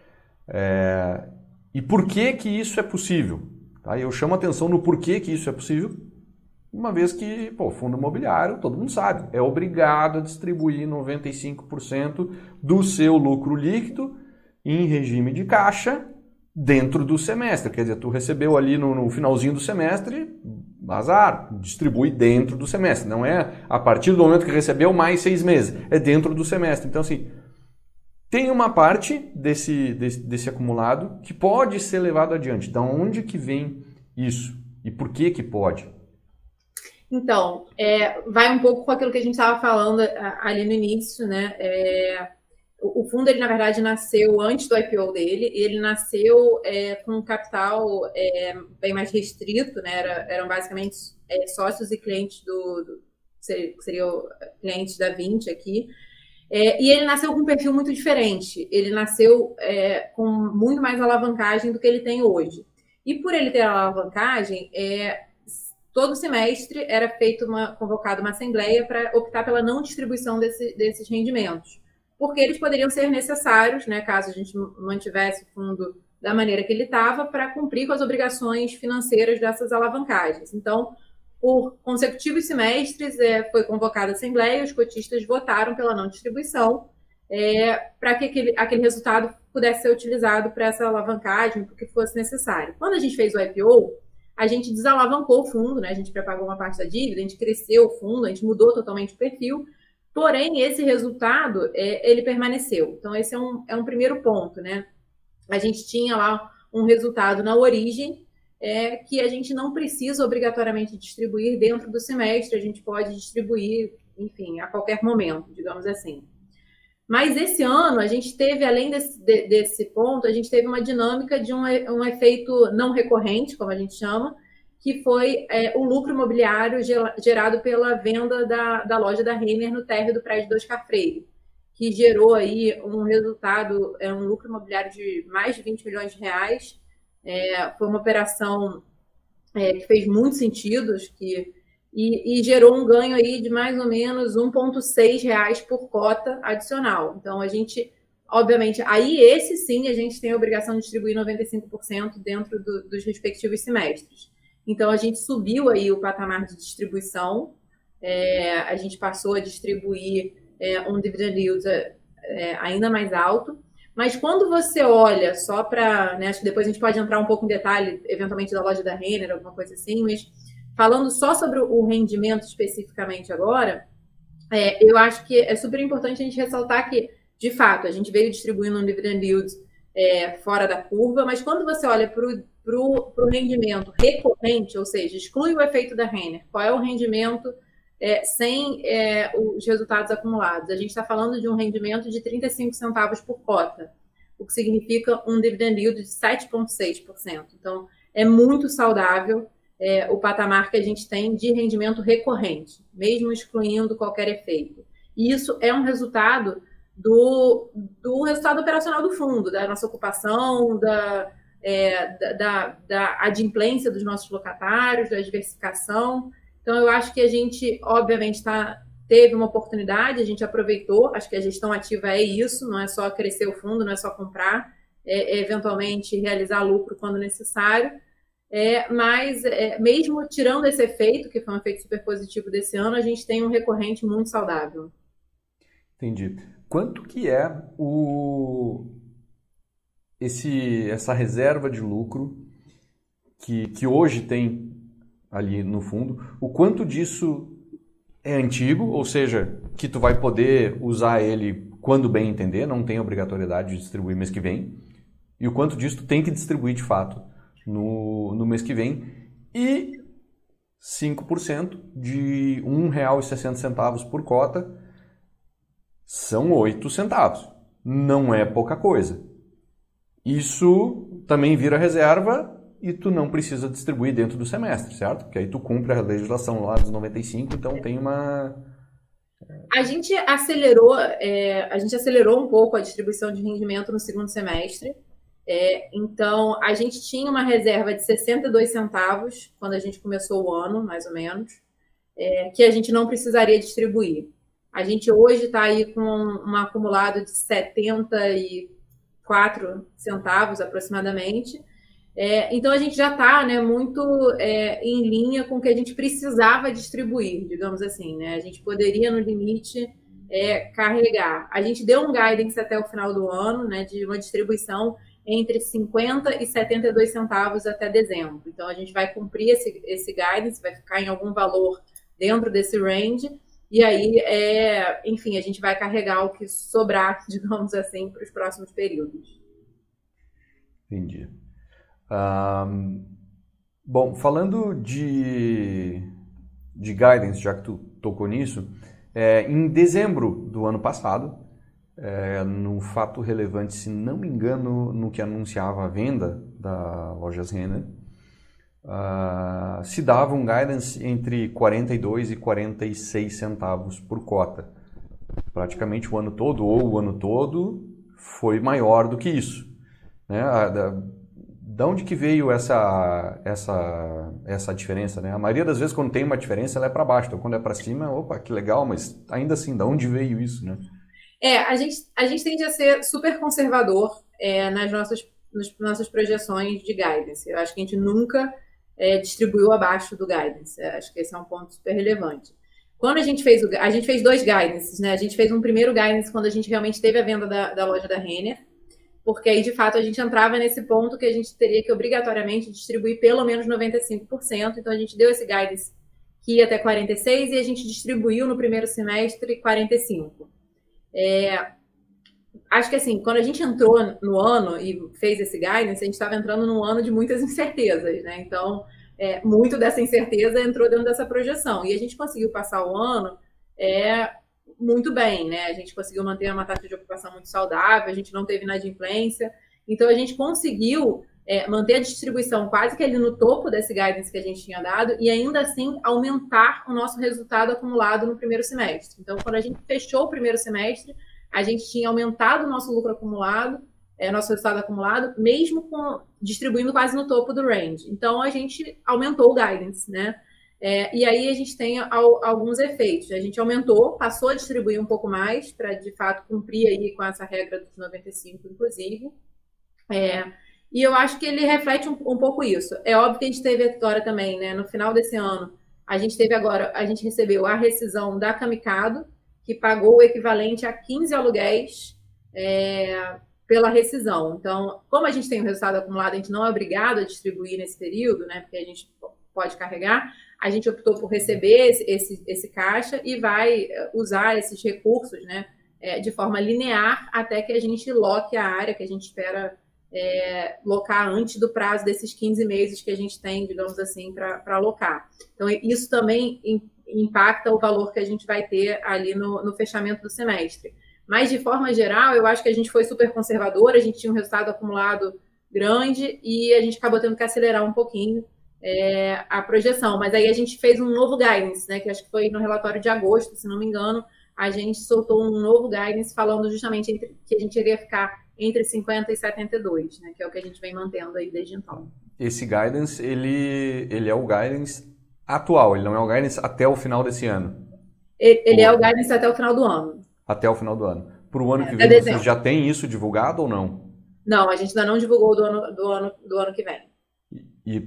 É, e por que que isso é possível? Tá? Eu chamo a atenção no porquê que isso é possível, uma vez que o fundo imobiliário, todo mundo sabe, é obrigado a distribuir noventa e cinco por cento do seu lucro líquido em regime de caixa dentro do semestre. Quer dizer, tu recebeu ali no, no finalzinho do semestre, azar, distribui dentro do semestre. Não é a partir do momento que recebeu mais seis meses, é dentro do semestre. Então, assim, tem uma parte desse, desse, desse acumulado que pode ser levado adiante. Então, onde que vem isso? E por que que pode? Então, é, vai um pouco com aquilo que a gente estava falando ali no início, né? É, o fundo, ele na verdade nasceu antes do I P O dele, e ele nasceu é, com um capital é, bem mais restrito, né? Era, eram basicamente é, sócios e clientes do, do que seriam clientes da Vinci aqui. É, e ele nasceu com um perfil muito diferente. Ele nasceu é, com muito mais alavancagem do que ele tem hoje. E por ele ter alavancagem, é, todo semestre era feito uma, convocada uma assembleia para optar pela não distribuição desse, desses rendimentos, porque eles poderiam ser necessários, né, caso a gente mantivesse o fundo da maneira que ele estava, para cumprir com as obrigações financeiras dessas alavancagens. Então, por consecutivos semestres, é, foi convocada a assembleia, os cotistas votaram pela não distribuição, é, para que aquele, aquele resultado pudesse ser utilizado para essa alavancagem, porque fosse necessário. Quando a gente fez o I P O, a gente desalavancou o fundo, né, a gente prepagou uma parte da dívida, a gente cresceu o fundo, a gente mudou totalmente o perfil. Porém, esse resultado, é, ele permaneceu. Então, esse é um, é um primeiro ponto, né? A gente tinha lá um resultado na origem é, que a gente não precisa obrigatoriamente distribuir dentro do semestre, a gente pode distribuir, enfim, a qualquer momento, digamos assim. Mas esse ano, a gente teve, além desse, de, desse ponto, a gente teve uma dinâmica de um, um efeito não recorrente, como a gente chama, que foi é, o lucro imobiliário gerado pela venda da, da loja da Renner no térreo do prédio do Oscar Freire, que gerou aí um resultado, é, um lucro imobiliário de mais de vinte milhões de reais. É, foi uma operação é, que fez muito sentido, que, e, e gerou um ganho aí de mais ou menos um vírgula seis reais por cota adicional. Então, a gente, obviamente, aí esse sim a gente tem a obrigação de distribuir noventa e cinco por cento dentro do, dos respectivos semestres. Então, a gente subiu aí o patamar de distribuição, é, a gente passou a distribuir é, um dividend yield é, ainda mais alto, mas quando você olha só para, né, acho que depois a gente pode entrar um pouco em detalhe, eventualmente, da loja da Renner, alguma coisa assim, mas falando só sobre o rendimento especificamente agora, é, eu acho que é super importante a gente ressaltar que, de fato, a gente veio distribuindo um dividend yield é, fora da curva, mas quando você olha para o para o rendimento recorrente, ou seja, exclui o efeito da Renner, qual é o rendimento é, sem é, os resultados acumulados? A gente está falando de um rendimento de trinta e cinco centavos por cota, o que significa um dividend yield de sete vírgula seis por cento. Então, é muito saudável é, o patamar que a gente tem de rendimento recorrente, mesmo excluindo qualquer efeito. E isso é um resultado do, do resultado operacional do fundo, da nossa ocupação, da É, da, da, da adimplência dos nossos locatários, da diversificação. Então, eu acho que a gente, obviamente, tá, teve uma oportunidade, a gente aproveitou, acho que a gestão ativa é isso, não é só crescer o fundo, não é só comprar, é, é eventualmente realizar lucro quando necessário, é, mas é, mesmo tirando esse efeito, que foi um efeito super positivo desse ano, a gente tem um recorrente muito saudável. Entendi. Quanto que é o, esse, essa reserva de lucro que, que hoje tem ali no fundo? O quanto disso é antigo, ou seja, que tu vai poder usar ele quando bem entender, não tem obrigatoriedade de distribuir mês que vem, e o quanto disso tu tem que distribuir de fato no, no mês que vem, e cinco por cento de um real e sessenta centavos por cota são oito centavos. Não é pouca coisa. Isso também vira reserva e tu não precisa distribuir dentro do semestre, certo? Porque aí tu cumpre a legislação lá dos noventa e cinco, então tem uma... A gente acelerou, é, a gente acelerou um pouco a distribuição de rendimento no segundo semestre. É, então, a gente tinha uma reserva de sessenta e dois centavos quando a gente começou o ano, mais ou menos, é, que a gente não precisaria distribuir. A gente hoje está aí com um acumulado de setenta e quatro centavos aproximadamente. É, então, a gente já está, né, muito é, em linha com o que a gente precisava distribuir, digamos assim, né? A gente poderia, no limite, é, carregar. A gente deu um guidance até o final do ano, né, de uma distribuição entre cinquenta e setenta e dois centavos até dezembro. Então, a gente vai cumprir esse, esse guidance, vai ficar em algum valor dentro desse range, e aí, é, enfim, a gente vai carregar o que sobrar, digamos assim, para os próximos períodos. Entendi. Um, bom, falando de, de guidance, já que tu tocou nisso, é, em dezembro do ano passado, é, no fato relevante, se não me engano, no que anunciava a venda da Lojas Renner, uh, se dava um guidance entre quarenta e dois e quarenta e seis centavos por cota. Praticamente o ano todo, ou o ano todo, foi maior do que isso, né? A, da, Da onde que veio essa, essa, essa diferença, né? A maioria das vezes, quando tem uma diferença, ela é para baixo. Então, quando é para cima, opa, que legal, mas ainda assim, da onde veio isso, né? É, a gente, a gente tende a ser super conservador é, nas, nossas, nas nossas projeções de guidance. Eu acho que a gente nunca é, distribuiu abaixo do guidance. Eu acho que esse é um ponto super relevante. Quando a gente fez o, a gente fez dois guidances, né? A gente fez um primeiro guidance quando a gente realmente teve a venda da, da loja da Renner, porque aí, de fato, a gente entrava nesse ponto que a gente teria que obrigatoriamente distribuir pelo menos noventa e cinco por cento. Então, a gente deu esse guidance que ia até quarenta e seis por cento e a gente distribuiu no primeiro semestre quarenta e cinco por cento. É, acho que, assim, quando a gente entrou no ano e fez esse guidance, a gente estava entrando num ano de muitas incertezas, né? Então, é, muito dessa incerteza entrou dentro dessa projeção. E a gente conseguiu passar o ano... É, muito bem, né? A gente conseguiu manter uma taxa de ocupação muito saudável, a gente não teve inadimplência, então a gente conseguiu é, manter a distribuição quase que ali no topo desse guidance que a gente tinha dado e ainda assim aumentar o nosso resultado acumulado no primeiro semestre. Então, quando a gente fechou o primeiro semestre, a gente tinha aumentado o nosso lucro acumulado, é, nosso resultado acumulado, mesmo com, distribuindo quase no topo do range. Então, a gente aumentou o guidance, né? É, e aí a gente tem al, alguns efeitos. A gente aumentou, passou a distribuir um pouco mais para, de fato, cumprir aí com essa regra dos noventa e cinco, inclusive. É, e eu acho que ele reflete um, um pouco isso. É óbvio que a gente teve agora também, né, no final desse ano, a gente teve agora, a gente recebeu a rescisão da Camicado, que pagou o equivalente a quinze aluguéis é, pela rescisão. Então, como a gente tem o resultado acumulado, a gente não é obrigado a distribuir nesse período, né, porque a gente pode carregar, a gente optou por receber esse, esse, esse caixa e vai usar esses recursos, né, é, de forma linear até que a gente loque a área, que a gente espera é, locar antes do prazo desses quinze meses que a gente tem, digamos assim, para alocar. Então, isso também impacta o valor que a gente vai ter ali no, no fechamento do semestre. Mas, de forma geral, eu acho que a gente foi super conservador, a gente tinha um resultado acumulado grande e a gente acabou tendo que acelerar um pouquinho É, a projeção, mas aí a gente fez um novo guidance, né, que acho que foi no relatório de agosto, se não me engano, a gente soltou um novo guidance falando justamente entre, que a gente iria ficar entre cinquenta e setenta e dois, né, que é o que a gente vem mantendo aí desde então. Esse guidance, ele, ele é o guidance atual, ele não é o guidance até o final desse ano? Ele, ele é o guidance até o final do ano. Até o final do ano. Para o ano é, que vem, você já tem isso divulgado ou não? Não, a gente ainda não divulgou do ano, do ano, do ano que vem. E... e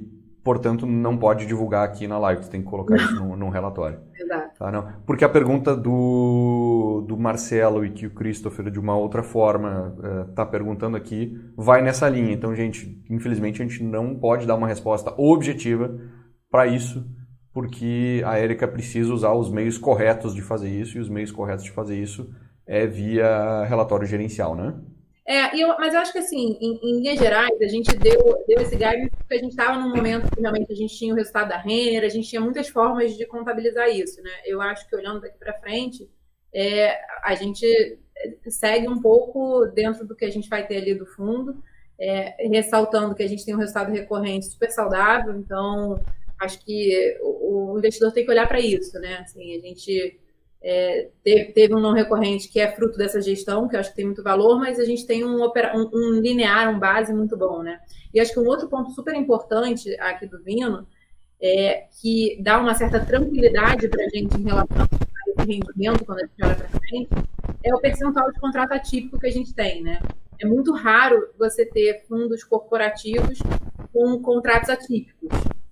portanto, não pode divulgar aqui na live, você tem que colocar isso num, num relatório. Exato. Tá, não? Porque a pergunta do, do Marcelo e que o Christopher, de uma outra forma, está perguntando aqui, vai nessa linha. Então, gente, infelizmente, a gente não pode dar uma resposta objetiva para isso, porque a Érica precisa usar os meios corretos de fazer isso, e os meios corretos de fazer isso é via relatório gerencial, né? É, e eu, mas eu acho que, assim, em, em linhas gerais, a gente deu, deu esse guidance porque a gente estava num momento que realmente a gente tinha o resultado da Renner, a gente tinha muitas formas de contabilizar isso, né? Eu acho que, olhando daqui para frente, é, a gente segue um pouco dentro do que a gente vai ter ali do fundo, é, ressaltando que a gente tem um resultado recorrente super saudável, então acho que o, o investidor tem que olhar para isso, né? Assim, a gente... É, teve um não recorrente que é fruto dessa gestão, que eu acho que tem muito valor, mas a gente tem um, um, um linear, um base muito bom, né? E acho que um outro ponto super importante aqui do Vino, é, que dá uma certa tranquilidade para a gente em relação a esse rendimento, quando a gente olha para frente, é o percentual de contrato atípico que a gente tem, né? É muito raro você ter fundos corporativos com contratos atípicos.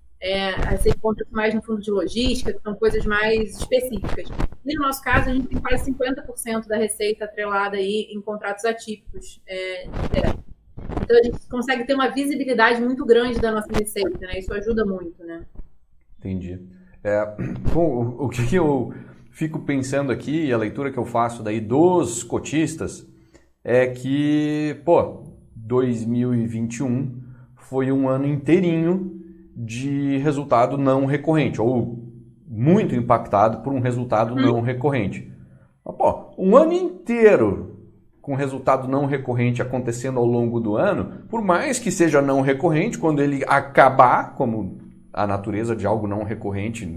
É, você encontra mais no fundo de logística, que são coisas mais específicas. E no nosso caso, a gente tem quase cinquenta por cento da receita atrelada aí em contratos atípicos. É, é. Então, a gente consegue ter uma visibilidade muito grande da nossa receita, né? Isso ajuda muito, né? Entendi. É, bom, o que eu fico pensando aqui, e a leitura que eu faço daí dos cotistas, é que, pô, dois mil e vinte e um foi um ano inteirinho de resultado não recorrente, ou muito impactado por um resultado não recorrente. Mas, pô, um ano inteiro com resultado não recorrente acontecendo ao longo do ano, por mais que seja não recorrente, quando ele acabar, como a natureza de algo não recorrente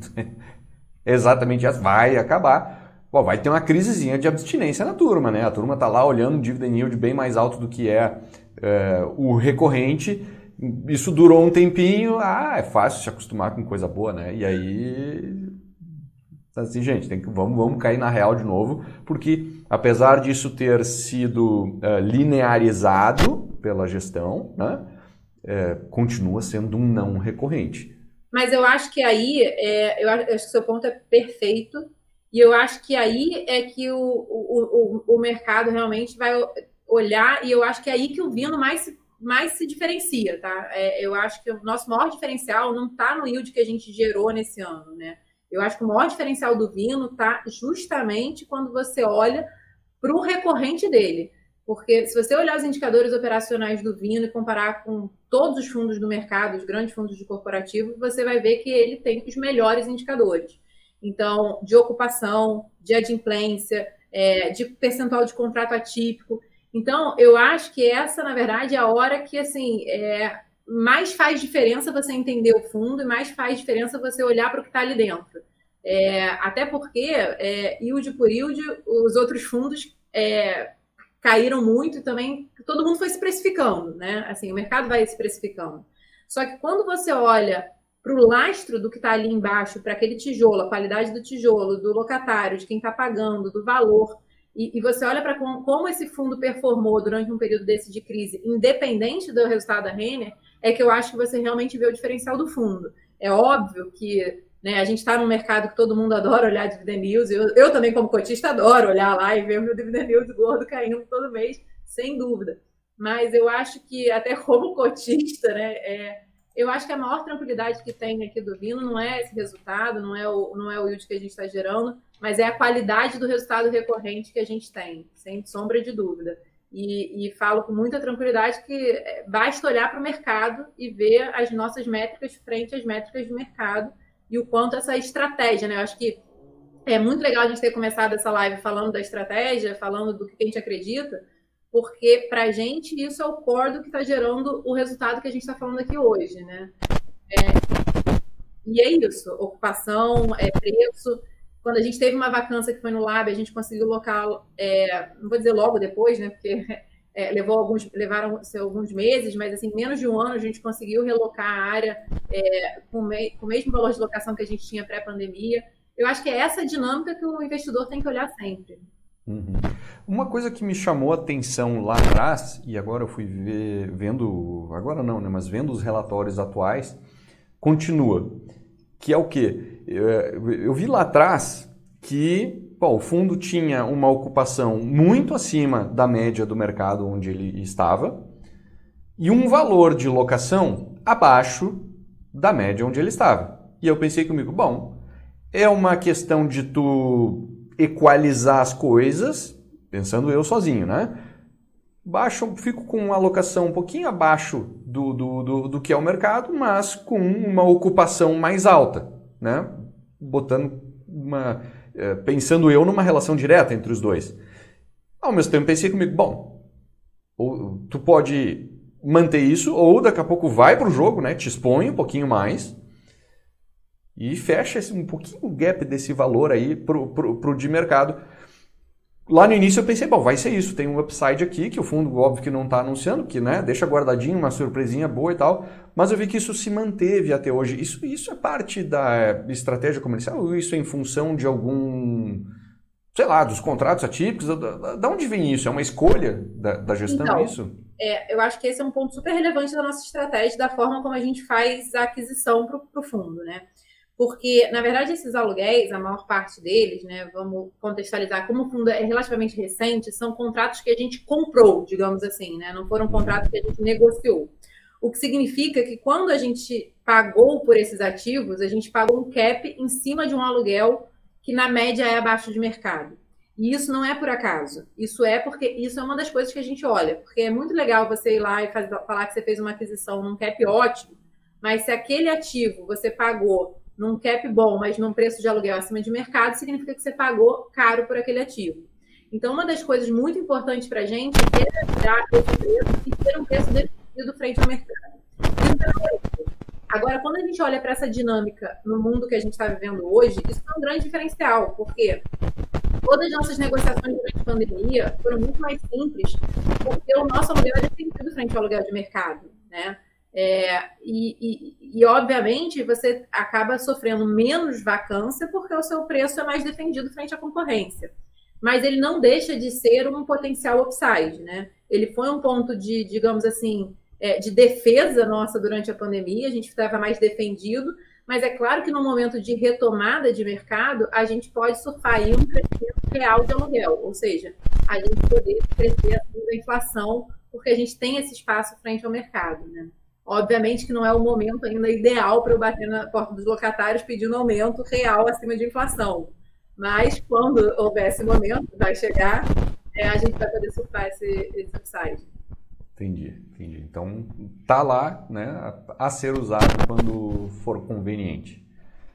exatamente vai acabar, pô, vai ter uma crisezinha de abstinência na turma, né? A turma tá lá olhando um dividend yield bem mais alto do que é, é o recorrente. Isso durou um tempinho, ah, é fácil se acostumar com coisa boa, né? E aí, assim, gente, tem que, vamos, vamos cair na real de novo, porque apesar disso ter sido uh, linearizado pela gestão, né, é, continua sendo um não recorrente. Mas eu acho que aí, é, eu acho que o seu ponto é perfeito, e eu acho que aí é que o, o, o, o mercado realmente vai olhar, e eu acho que é aí que o Vino mais se mais se diferencia, tá? É, eu acho que o nosso maior diferencial não está no yield que a gente gerou nesse ano, né? Eu acho que o maior diferencial do Vino está justamente quando você olha para o recorrente dele. Porque se você olhar os indicadores operacionais do Vino e comparar com todos os fundos do mercado, os grandes fundos de corporativo, você vai ver que ele tem os melhores indicadores. Então, de ocupação, de adimplência, é, de percentual de contrato atípico. Então, eu acho que essa, na verdade, é a hora que, assim, é, mais faz diferença você entender o fundo e mais faz diferença você olhar para o que está ali dentro. É, até porque, é, yield por yield, os outros fundos é, caíram muito e também todo mundo foi se precificando, né? Assim, o mercado vai se precificando. Só que quando você olha para o lastro do que está ali embaixo, para aquele tijolo, a qualidade do tijolo, do locatário, de quem está pagando, do valor... E, e você olha para como, como esse fundo performou durante um período desse de crise, independente do resultado da Renner, é que eu acho que você realmente vê o diferencial do fundo. É óbvio que, né, a gente está num mercado que todo mundo adora olhar dividend yield. Eu, eu também, como cotista, adoro olhar lá e ver o meu dividend yield gordo caindo todo mês, sem dúvida. Mas eu acho que, até como cotista, né, é, eu acho que a maior tranquilidade que tem aqui do Vino não é esse resultado, não é o, não é o yield que a gente está gerando, mas é a qualidade do resultado recorrente que a gente tem, sem sombra de dúvida. E, e falo com muita tranquilidade que basta olhar para o mercado e ver as nossas métricas frente às métricas do mercado e o quanto essa estratégia, né? Eu acho que é muito legal a gente ter começado essa live falando da estratégia, falando do que a gente acredita, porque para a gente isso é o core do que está gerando o resultado que a gente está falando aqui hoje, né? É, e é isso, ocupação, é preço. Quando a gente teve uma vacância que foi no Lab, a gente conseguiu local, é, não vou dizer logo depois, né? Porque é, levou alguns, levaram alguns meses, mas assim, menos de um ano a gente conseguiu relocar a área é, com, me, com o mesmo valor de locação que a gente tinha pré-pandemia. Eu acho que é essa dinâmica que o investidor tem que olhar sempre. Uhum. Uma coisa que me chamou a atenção lá atrás, e agora eu fui ver, vendo, agora não, né? Mas vendo os relatórios atuais, continua. Que é o quê? Eu, eu vi lá atrás que bom, o fundo tinha uma ocupação muito acima da média do mercado onde ele estava e um valor de locação abaixo da média onde ele estava. E eu pensei comigo, bom, é uma questão de tu equalizar as coisas, pensando eu sozinho, né? Baixo, fico com uma alocação um pouquinho abaixo do, do, do, do que é o mercado, mas com uma ocupação mais alta, né? Botando uma, pensando eu numa relação direta entre os dois. Ao mesmo tempo pensei comigo, bom, ou, tu pode manter isso, ou daqui a pouco vai para o jogo, né? Te expõe um pouquinho mais e fecha esse, um pouquinho o gap desse valor aí pro, pro, pro de mercado. Lá no início eu pensei, bom, vai ser isso, tem um upside aqui, que o fundo óbvio que não está anunciando, que né, deixa guardadinho, uma surpresinha boa e tal, mas eu vi que isso se manteve até hoje. Isso, isso é parte da estratégia comercial ou isso é em função de algum, sei lá, dos contratos atípicos? Da, da onde vem isso? É uma escolha da, da gestão, então, isso? É, eu acho que esse é um ponto super relevante da nossa estratégia, da forma como a gente faz a aquisição para o fundo, né? Porque, na verdade, esses aluguéis, a maior parte deles, né, vamos contextualizar, como o fundo é relativamente recente, são contratos que a gente comprou, digamos assim, né? Não foram contratos que a gente negociou. O que significa que quando a gente pagou por esses ativos, a gente pagou um cap em cima de um aluguel que, na média, é abaixo de mercado. E isso não é por acaso. Isso é porque isso é uma das coisas que a gente olha. Porque é muito legal você ir lá e fazer, falar que você fez uma aquisição num cap ótimo, mas se aquele ativo você pagou num cap bom, mas num preço de aluguel acima de mercado, significa que você pagou caro por aquele ativo. Então, uma das coisas muito importantes para a gente é ter esse preço e ter um preço definido frente ao mercado. Agora, quando a gente olha para essa dinâmica no mundo que a gente está vivendo hoje, isso é um grande diferencial, porque todas as nossas negociações durante a pandemia foram muito mais simples, porque o nosso aluguel é definido frente ao aluguel de mercado, né? É, e, e, e, obviamente, você acaba sofrendo menos vacância porque o seu preço é mais defendido frente à concorrência. Mas ele não deixa de ser um potencial upside, né? Ele foi um ponto de, digamos assim, é, de defesa nossa durante a pandemia, a gente estava mais defendido, mas é claro que no momento de retomada de mercado, a gente pode surfar aí um crescimento real de aluguel, ou seja, a gente poder crescer acima da inflação, porque a gente tem esse espaço frente ao mercado, né? Obviamente que não é o momento ainda ideal para eu bater na porta dos locatários pedindo aumento real acima de inflação. Mas quando houver esse momento, vai chegar, é, a gente vai poder surfar esse, esse upside. Entendi, entendi. Então tá lá, né, a, a ser usado quando for conveniente.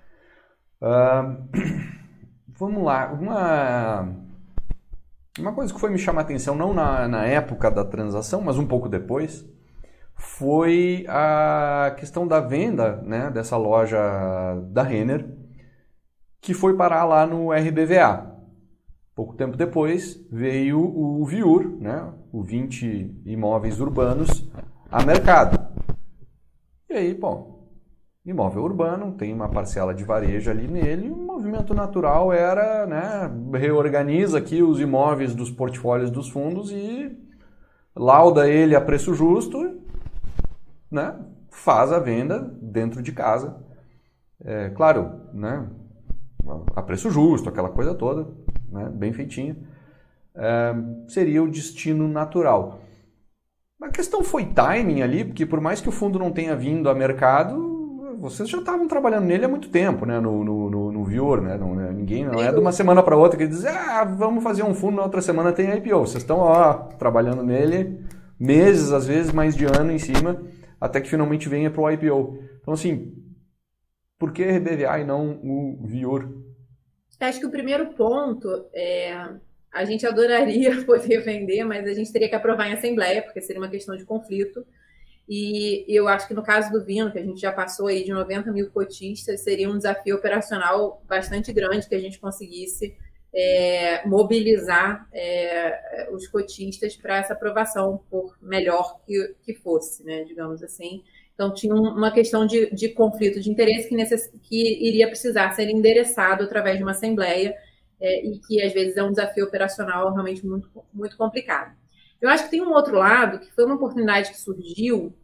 Uh, vamos lá, uma, uma coisa que foi me chamar a atenção, não na, na época da transação, mas um pouco depois, foi a questão da venda, né, dessa loja da Renner, que foi parar lá no R B V A. Pouco tempo depois veio o Viur, né, o vinte Imóveis Urbanos, a mercado. E aí, bom, imóvel urbano, tem uma parcela de varejo ali nele, o movimento natural era, né, reorganiza aqui os imóveis dos portfólios dos fundos e lauda ele a preço justo, né, faz a venda dentro de casa. É, claro, né, a preço justo, aquela coisa toda, né, bem feitinho. É, seria o destino natural. A questão foi timing ali, porque por mais que o fundo não tenha vindo a mercado, vocês já estavam trabalhando nele há muito tempo, né, no, no, no, no Vior, né, não, ninguém, não é de uma semana para outra que diz, ah, vamos fazer um fundo, na outra semana tem I P O. Vocês estão ó, trabalhando nele meses, às vezes mais de ano em cima, até que finalmente venha para o I P O. Então, assim, por que R B V A e não o Vior? Acho que o primeiro ponto é... A gente adoraria poder vender, mas a gente teria que aprovar em assembleia, porque seria uma questão de conflito. E eu acho que no caso do Vino, que a gente já passou aí de noventa mil cotistas, seria um desafio operacional bastante grande que a gente conseguisse é, mobilizar é, os cotistas para essa aprovação, por melhor que, que fosse, né, digamos assim. Então, tinha uma questão de, de conflito de interesse que, necess... que iria precisar ser endereçado através de uma assembleia, é, e que, às vezes, é um desafio operacional realmente muito, muito complicado. Eu acho que tem um outro lado, que foi uma oportunidade que surgiu,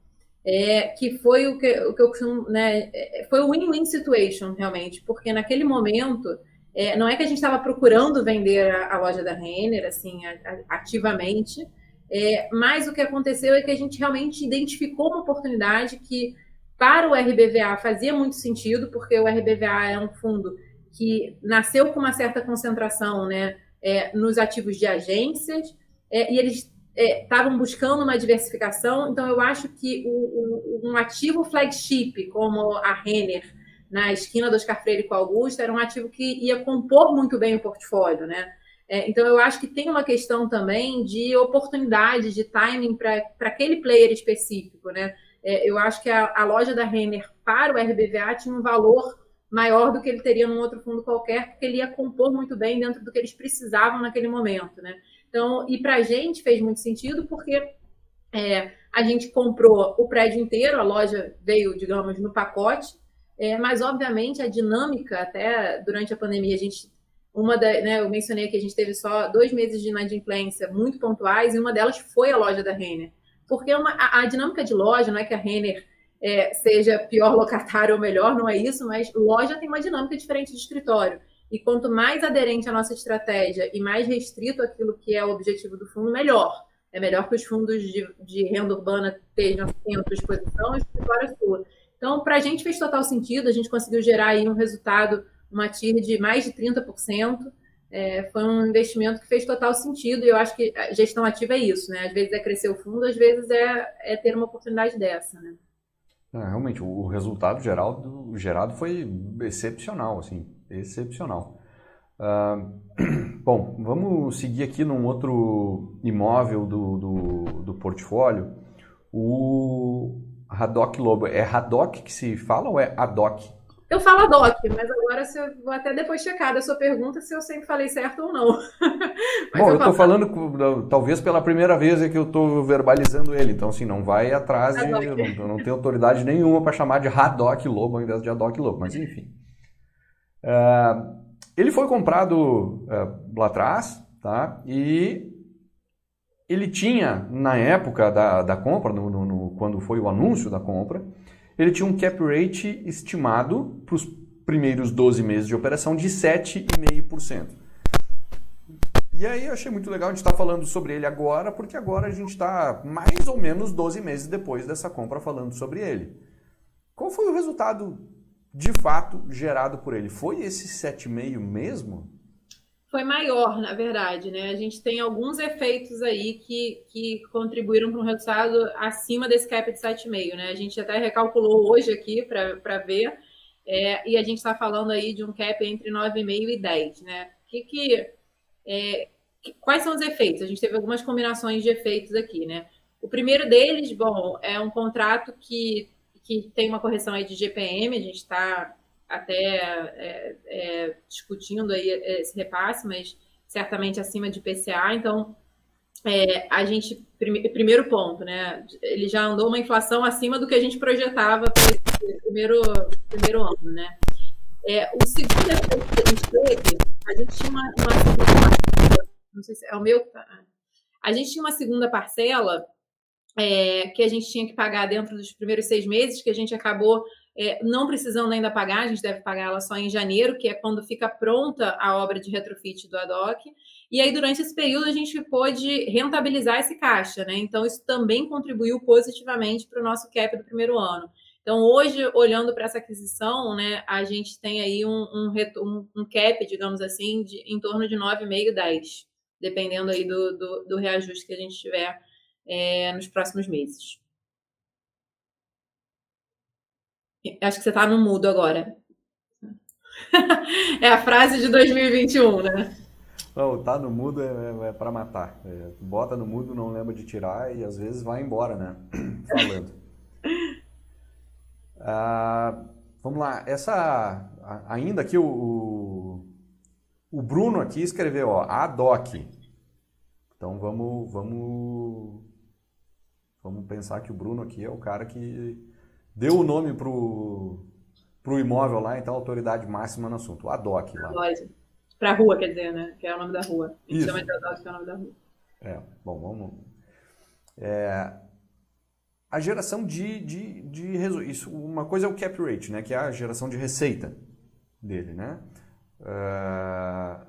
é, que foi o que, o que eu costumo, né, foi o win-win situation, realmente, porque naquele momento, é, não é que a gente estava procurando vender a, a loja da Renner, assim, a, a, ativamente, é, mas o que aconteceu é que a gente realmente identificou uma oportunidade que, para o R B V A, fazia muito sentido, porque o R B V A é um fundo que nasceu com uma certa concentração, né, é, nos ativos de agências, é, e eles estavam é, buscando uma diversificação, então eu acho que o, o, um ativo flagship, como a Renner, na esquina do Oscar Freire com a Augusta, era um ativo que ia compor muito bem o portfólio, né? É, então eu acho que tem uma questão também de oportunidade, de timing para aquele player específico, né? É, eu acho que a, a loja da Renner para o R B V A tinha um valor maior do que ele teria num outro fundo qualquer, porque ele ia compor muito bem dentro do que eles precisavam naquele momento, né? Então, e para a gente fez muito sentido, porque é, a gente comprou o prédio inteiro, a loja veio, digamos, no pacote, é, mas obviamente a dinâmica, até durante a pandemia, a gente, uma da, né, eu mencionei que a gente teve só dois meses de inadimplência muito pontuais, e uma delas foi a loja da Renner. Porque uma, a, a dinâmica de loja, não é que a Renner é, seja pior locatário ou melhor, não é isso, mas loja tem uma dinâmica diferente de escritório. E quanto mais aderente à nossa estratégia e mais restrito aquilo que é o objetivo do fundo, melhor. É melhor que os fundos de, de renda urbana tenham centro de exposição e escritório sua. Então, para a gente fez total sentido, a gente conseguiu gerar aí um resultado, uma T I R de mais de trinta por cento. É, foi um investimento que fez total sentido e eu acho que a gestão ativa é isso, né? Às vezes é crescer o fundo, às vezes é, é ter uma oportunidade dessa, né? É, realmente, o resultado geral do, gerado foi excepcional, assim, excepcional. Uh, bom, vamos seguir aqui num outro imóvel do, do, do portfólio, o Haddock Lobo. É Haddock que se fala ou é Haddock? Eu falo Haddock, mas agora se eu vou até depois checar da sua pergunta se eu sempre falei certo ou não. Bom, eu estou falando, talvez pela primeira vez é que eu estou verbalizando ele, então assim, não vai atrás de... Eu não, eu não tenho autoridade nenhuma para chamar de Haddock Lobo ao invés de Haddock Lobo, mas enfim. Uh, ele foi comprado uh, lá atrás, tá? E ele tinha, na época da, da compra, no, no, no, quando foi o anúncio da compra, ele tinha um cap rate estimado para os primeiros doze meses de operação de sete vírgula cinco por cento. E aí eu achei muito legal a gente estar falando sobre ele agora, porque agora a gente está mais ou menos doze meses depois dessa compra falando sobre ele. Qual foi o resultado de fato gerado por ele? Foi esse sete vírgula cinco mesmo? Foi maior, na verdade, né? A gente tem alguns efeitos aí que, que contribuíram para um resultado acima desse cap de sete vírgula cinco, né? A gente até recalculou hoje aqui para ver, é, e a gente está falando aí de um cap entre nove vírgula cinco e dez, né? Que, que, é, que, quais são os efeitos? A gente teve algumas combinações de efeitos aqui, né? O primeiro deles, bom, é um contrato que, que tem uma correção aí de G P M, a gente está até é, é, discutindo aí esse repasse, mas certamente acima de I P C A. Então, é, a gente, prime, primeiro ponto, né? Ele já andou uma inflação acima do que a gente projetava para esse primeiro, primeiro ano, né? É, o segundo efeito que a gente teve, a gente tinha uma, uma segunda parcela, não sei se é o meu, a gente tinha uma segunda parcela é, que a gente tinha que pagar dentro dos primeiros seis meses, que a gente acabou É, não precisando ainda pagar, a gente deve pagar ela só em janeiro, que é quando fica pronta a obra de retrofit do Haddock. E aí, durante esse período, a gente pôde rentabilizar esse caixa, né? Então, isso também contribuiu positivamente para o nosso cap do primeiro ano. Então, hoje, olhando para essa aquisição, né, a gente tem aí um, um, um, um cap, digamos assim, de, em torno de nove vírgula cinco, dez, dependendo aí do, do, do reajuste que a gente tiver é, nos próximos meses. Acho que você está no mudo agora. É a frase de dois mil e vinte e um, né? Não, tá no mudo é, é para matar. É, bota no mudo, não lembra de tirar e às vezes vai embora, né? Falando. Ah, vamos lá. Essa, ainda aqui o, o Bruno aqui escreveu, ó, Haddock. Então vamos, vamos, vamos pensar que o Bruno aqui é o cara que deu o nome pro, pro imóvel lá, então autoridade máxima no assunto, o Haddock lá. Para a rua, quer dizer, né? Que é o nome da rua. A gente Isso. chama de Haddock, que é o nome da rua. É, bom, vamos... É, a geração de, de, de isso, uma coisa é o cap rate, né, que é a geração de receita dele, né? Uh,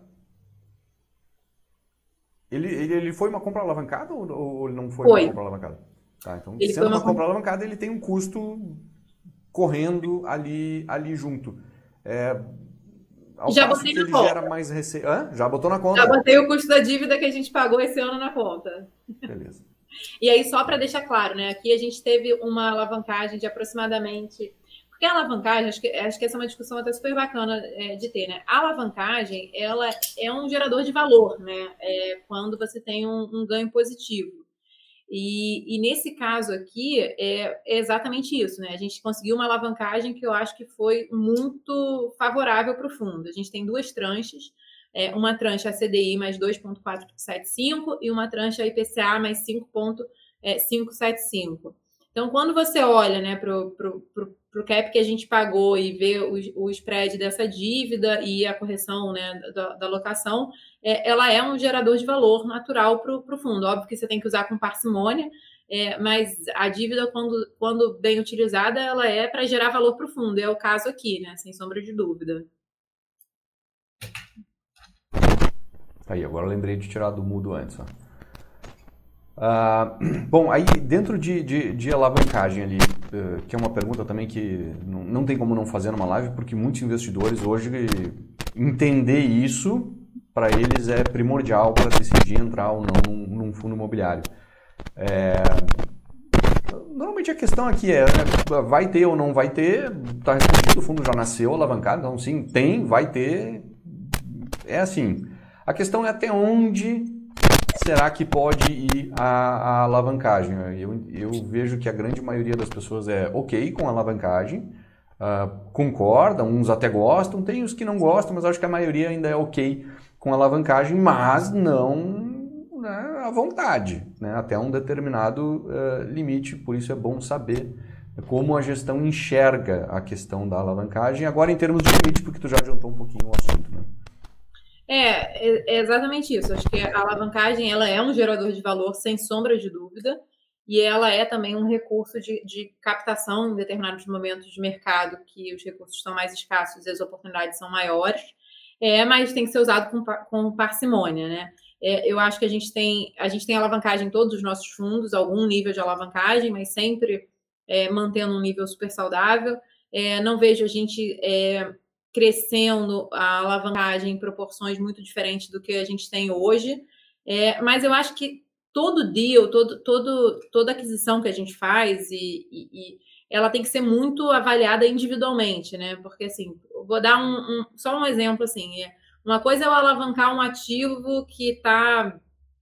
ele, ele, ele foi uma compra alavancada ou, ou ele não foi, foi. uma compra alavancada? Tá, então, ele sendo uma, uma compra comp... alavancada, ele tem um custo correndo ali, ali junto. É, ao Já passo botei que na ele conta. gera mais receita. Hã? Já botou na conta? Já botei o custo da dívida que a gente pagou esse ano na conta. Beleza. E aí, só para deixar claro, né? Aqui a gente teve uma alavancagem de aproximadamente... Porque a alavancagem, acho que, acho que essa é uma discussão até super bacana é, de ter, né? A alavancagem, ela é um gerador de valor, né? É, quando você tem um, um ganho positivo. E, e nesse caso aqui, é, é exatamente isso, né? A gente conseguiu uma alavancagem que eu acho que foi muito favorável para o fundo. A gente tem duas tranches, é, uma tranche a C D I mais dois vírgula quatrocentos e setenta e cinco e uma tranche a I P C A mais cinco vírgula quinhentos e setenta e cinco. Então, quando você olha, né, para o cap que a gente pagou e vê o, o spread dessa dívida e a correção, né, da, da locação, é, ela é um gerador de valor natural para o fundo. Óbvio que você tem que usar com parcimônia, é, mas a dívida, quando, quando bem utilizada, ela é para gerar valor para o fundo. É o caso aqui, né, sem sombra de dúvida. Aí, agora eu lembrei de tirar do mudo antes, ó. Uh, bom, aí dentro de, de, de alavancagem ali, uh, que é uma pergunta também que não, não tem como não fazer numa live, porque muitos investidores hoje entender isso, para eles é primordial para decidir entrar ou não num, num fundo imobiliário. É, normalmente a questão aqui é, vai ter ou não vai ter, está respondido, o fundo já nasceu alavancado, então sim, tem, vai ter, é assim. A questão é até onde será que pode ir a, a alavancagem? Eu, eu vejo que a grande maioria das pessoas é ok com a alavancagem, uh, concorda, uns até gostam, tem os que não gostam, mas acho que a maioria ainda é ok com a alavancagem, mas não, né, à vontade, né, até um determinado uh, limite, por isso é bom saber como a gestão enxerga a questão da alavancagem, agora em termos de limite, porque tu já adiantou um pouquinho o assunto, né? É, é exatamente isso. Acho que a alavancagem ela é um gerador de valor, sem sombra de dúvida, e ela é também um recurso de, de captação em determinados momentos de mercado que os recursos são mais escassos e as oportunidades são maiores, é, mas tem que ser usado com, com parcimônia, né? É, eu acho que a gente tem a gente tem alavancagem em todos os nossos fundos, algum nível de alavancagem, mas sempre é, mantendo um nível super saudável. É, não vejo a gente... É, crescendo a alavancagem em proporções muito diferentes do que a gente tem hoje, é, mas eu acho que todo deal, todo, todo, toda aquisição que a gente faz, e, e, e ela tem que ser muito avaliada individualmente, né? Porque, assim, vou dar um, um, só um exemplo, assim, é, uma coisa é eu alavancar um ativo que está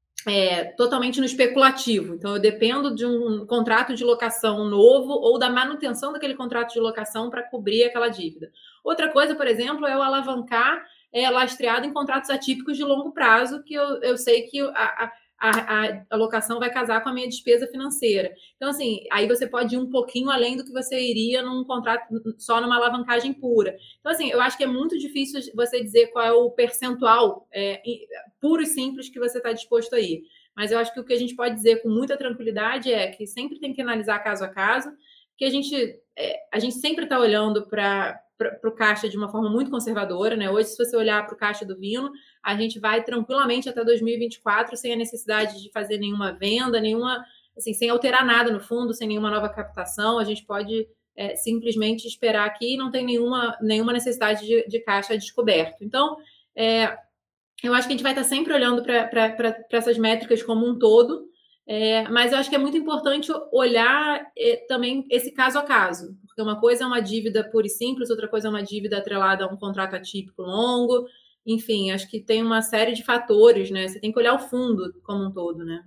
é, totalmente no especulativo. Então, eu dependo de um contrato de locação novo ou da manutenção daquele contrato de locação para cobrir aquela dívida. Outra coisa, por exemplo, é o alavancar é, lastreado em contratos atípicos de longo prazo, que eu, eu sei que a, a, a, a locação vai casar com a minha despesa financeira. Então, assim, aí você pode ir um pouquinho além do que você iria num contrato, só numa alavancagem pura. Então, assim, eu acho que é muito difícil você dizer qual é o percentual é, puro e simples que você está disposto a ir. Mas eu acho que o que a gente pode dizer com muita tranquilidade é que sempre tem que analisar caso a caso, que a gente, é, a gente sempre está olhando para o caixa de uma forma muito conservadora, né? Hoje, se você olhar para o caixa do Vino, a gente vai tranquilamente até dois mil e vinte e quatro sem a necessidade de fazer nenhuma venda, nenhuma, assim, sem alterar nada no fundo, sem nenhuma nova captação. A gente pode é, simplesmente esperar aqui e não tem nenhuma, nenhuma necessidade de, de caixa descoberto. Então, é, eu acho que a gente vai estar sempre olhando para essas métricas como um todo, é, mas eu acho que é muito importante olhar é, também esse caso a caso, porque uma coisa é uma dívida pura e simples, outra coisa é uma dívida atrelada a um contrato atípico longo, enfim, acho que tem uma série de fatores, né? Você tem que olhar o fundo como um todo, né?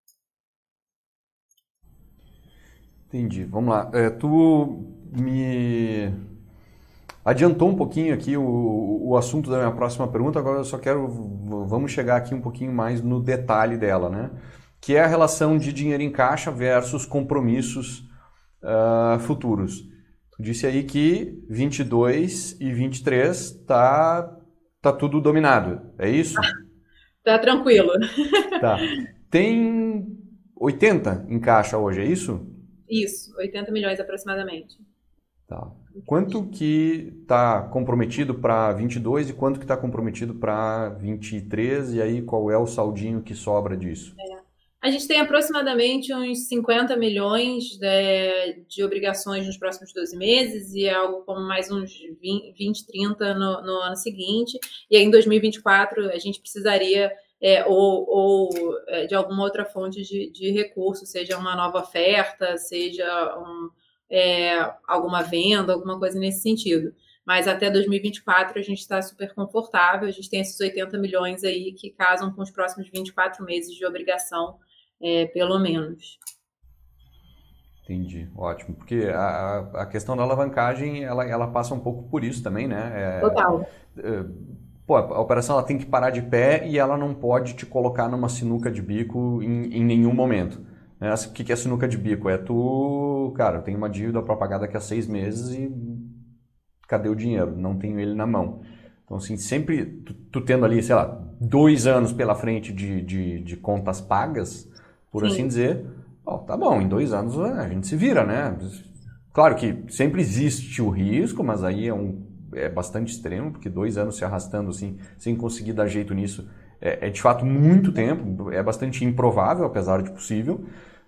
Entendi. Vamos lá. É, tu me adiantou um pouquinho aqui o, o assunto da minha próxima pergunta, agora eu só quero, vamos chegar aqui um pouquinho mais no detalhe dela, né? Que é a relação de dinheiro em caixa versus compromissos uh, futuros. Tu disse aí que vinte e dois e vinte e três tá, tá tudo dominado, é isso? Tá tranquilo. Tá. Tem oitenta em caixa hoje, é isso? Isso, oitenta milhões aproximadamente. Tá. Quanto que está comprometido para vinte e dois e quanto que está comprometido para vinte e três? E aí qual é o saldinho que sobra disso? É. A gente tem aproximadamente uns cinquenta milhões de, de obrigações nos próximos doze meses e algo como mais uns vinte, trinta no, no ano seguinte. E aí em dois mil e vinte e quatro a gente precisaria é, ou, ou é, de alguma outra fonte de, de recurso, seja uma nova oferta, seja um, é, alguma venda, alguma coisa nesse sentido. Mas até dois mil e vinte e quatro a gente está super confortável, a gente tem esses oitenta milhões aí que casam com os próximos vinte e quatro meses de obrigação, é, pelo menos. Entendi, ótimo. Porque a, a questão da alavancagem, ela, ela passa um pouco por isso também, né? É, Total. é, pô, a operação ela tem que parar de pé e ela não pode te colocar numa sinuca de bico em, em nenhum momento. Né? O que é sinuca de bico? É tu, cara, eu tenho uma dívida para pagar daqui a seis meses e cadê o dinheiro? Não tenho ele na mão. Então, assim, sempre tu, tu tendo ali, sei lá, dois anos pela frente de, de, de contas pagas, por Sim. assim dizer, ó, tá bom, em dois anos a gente se vira, né? Claro que sempre existe o risco, mas aí é, um, é bastante extremo, porque dois anos se arrastando assim, sem conseguir dar jeito nisso, é, é de fato muito tempo, é bastante improvável, apesar de possível,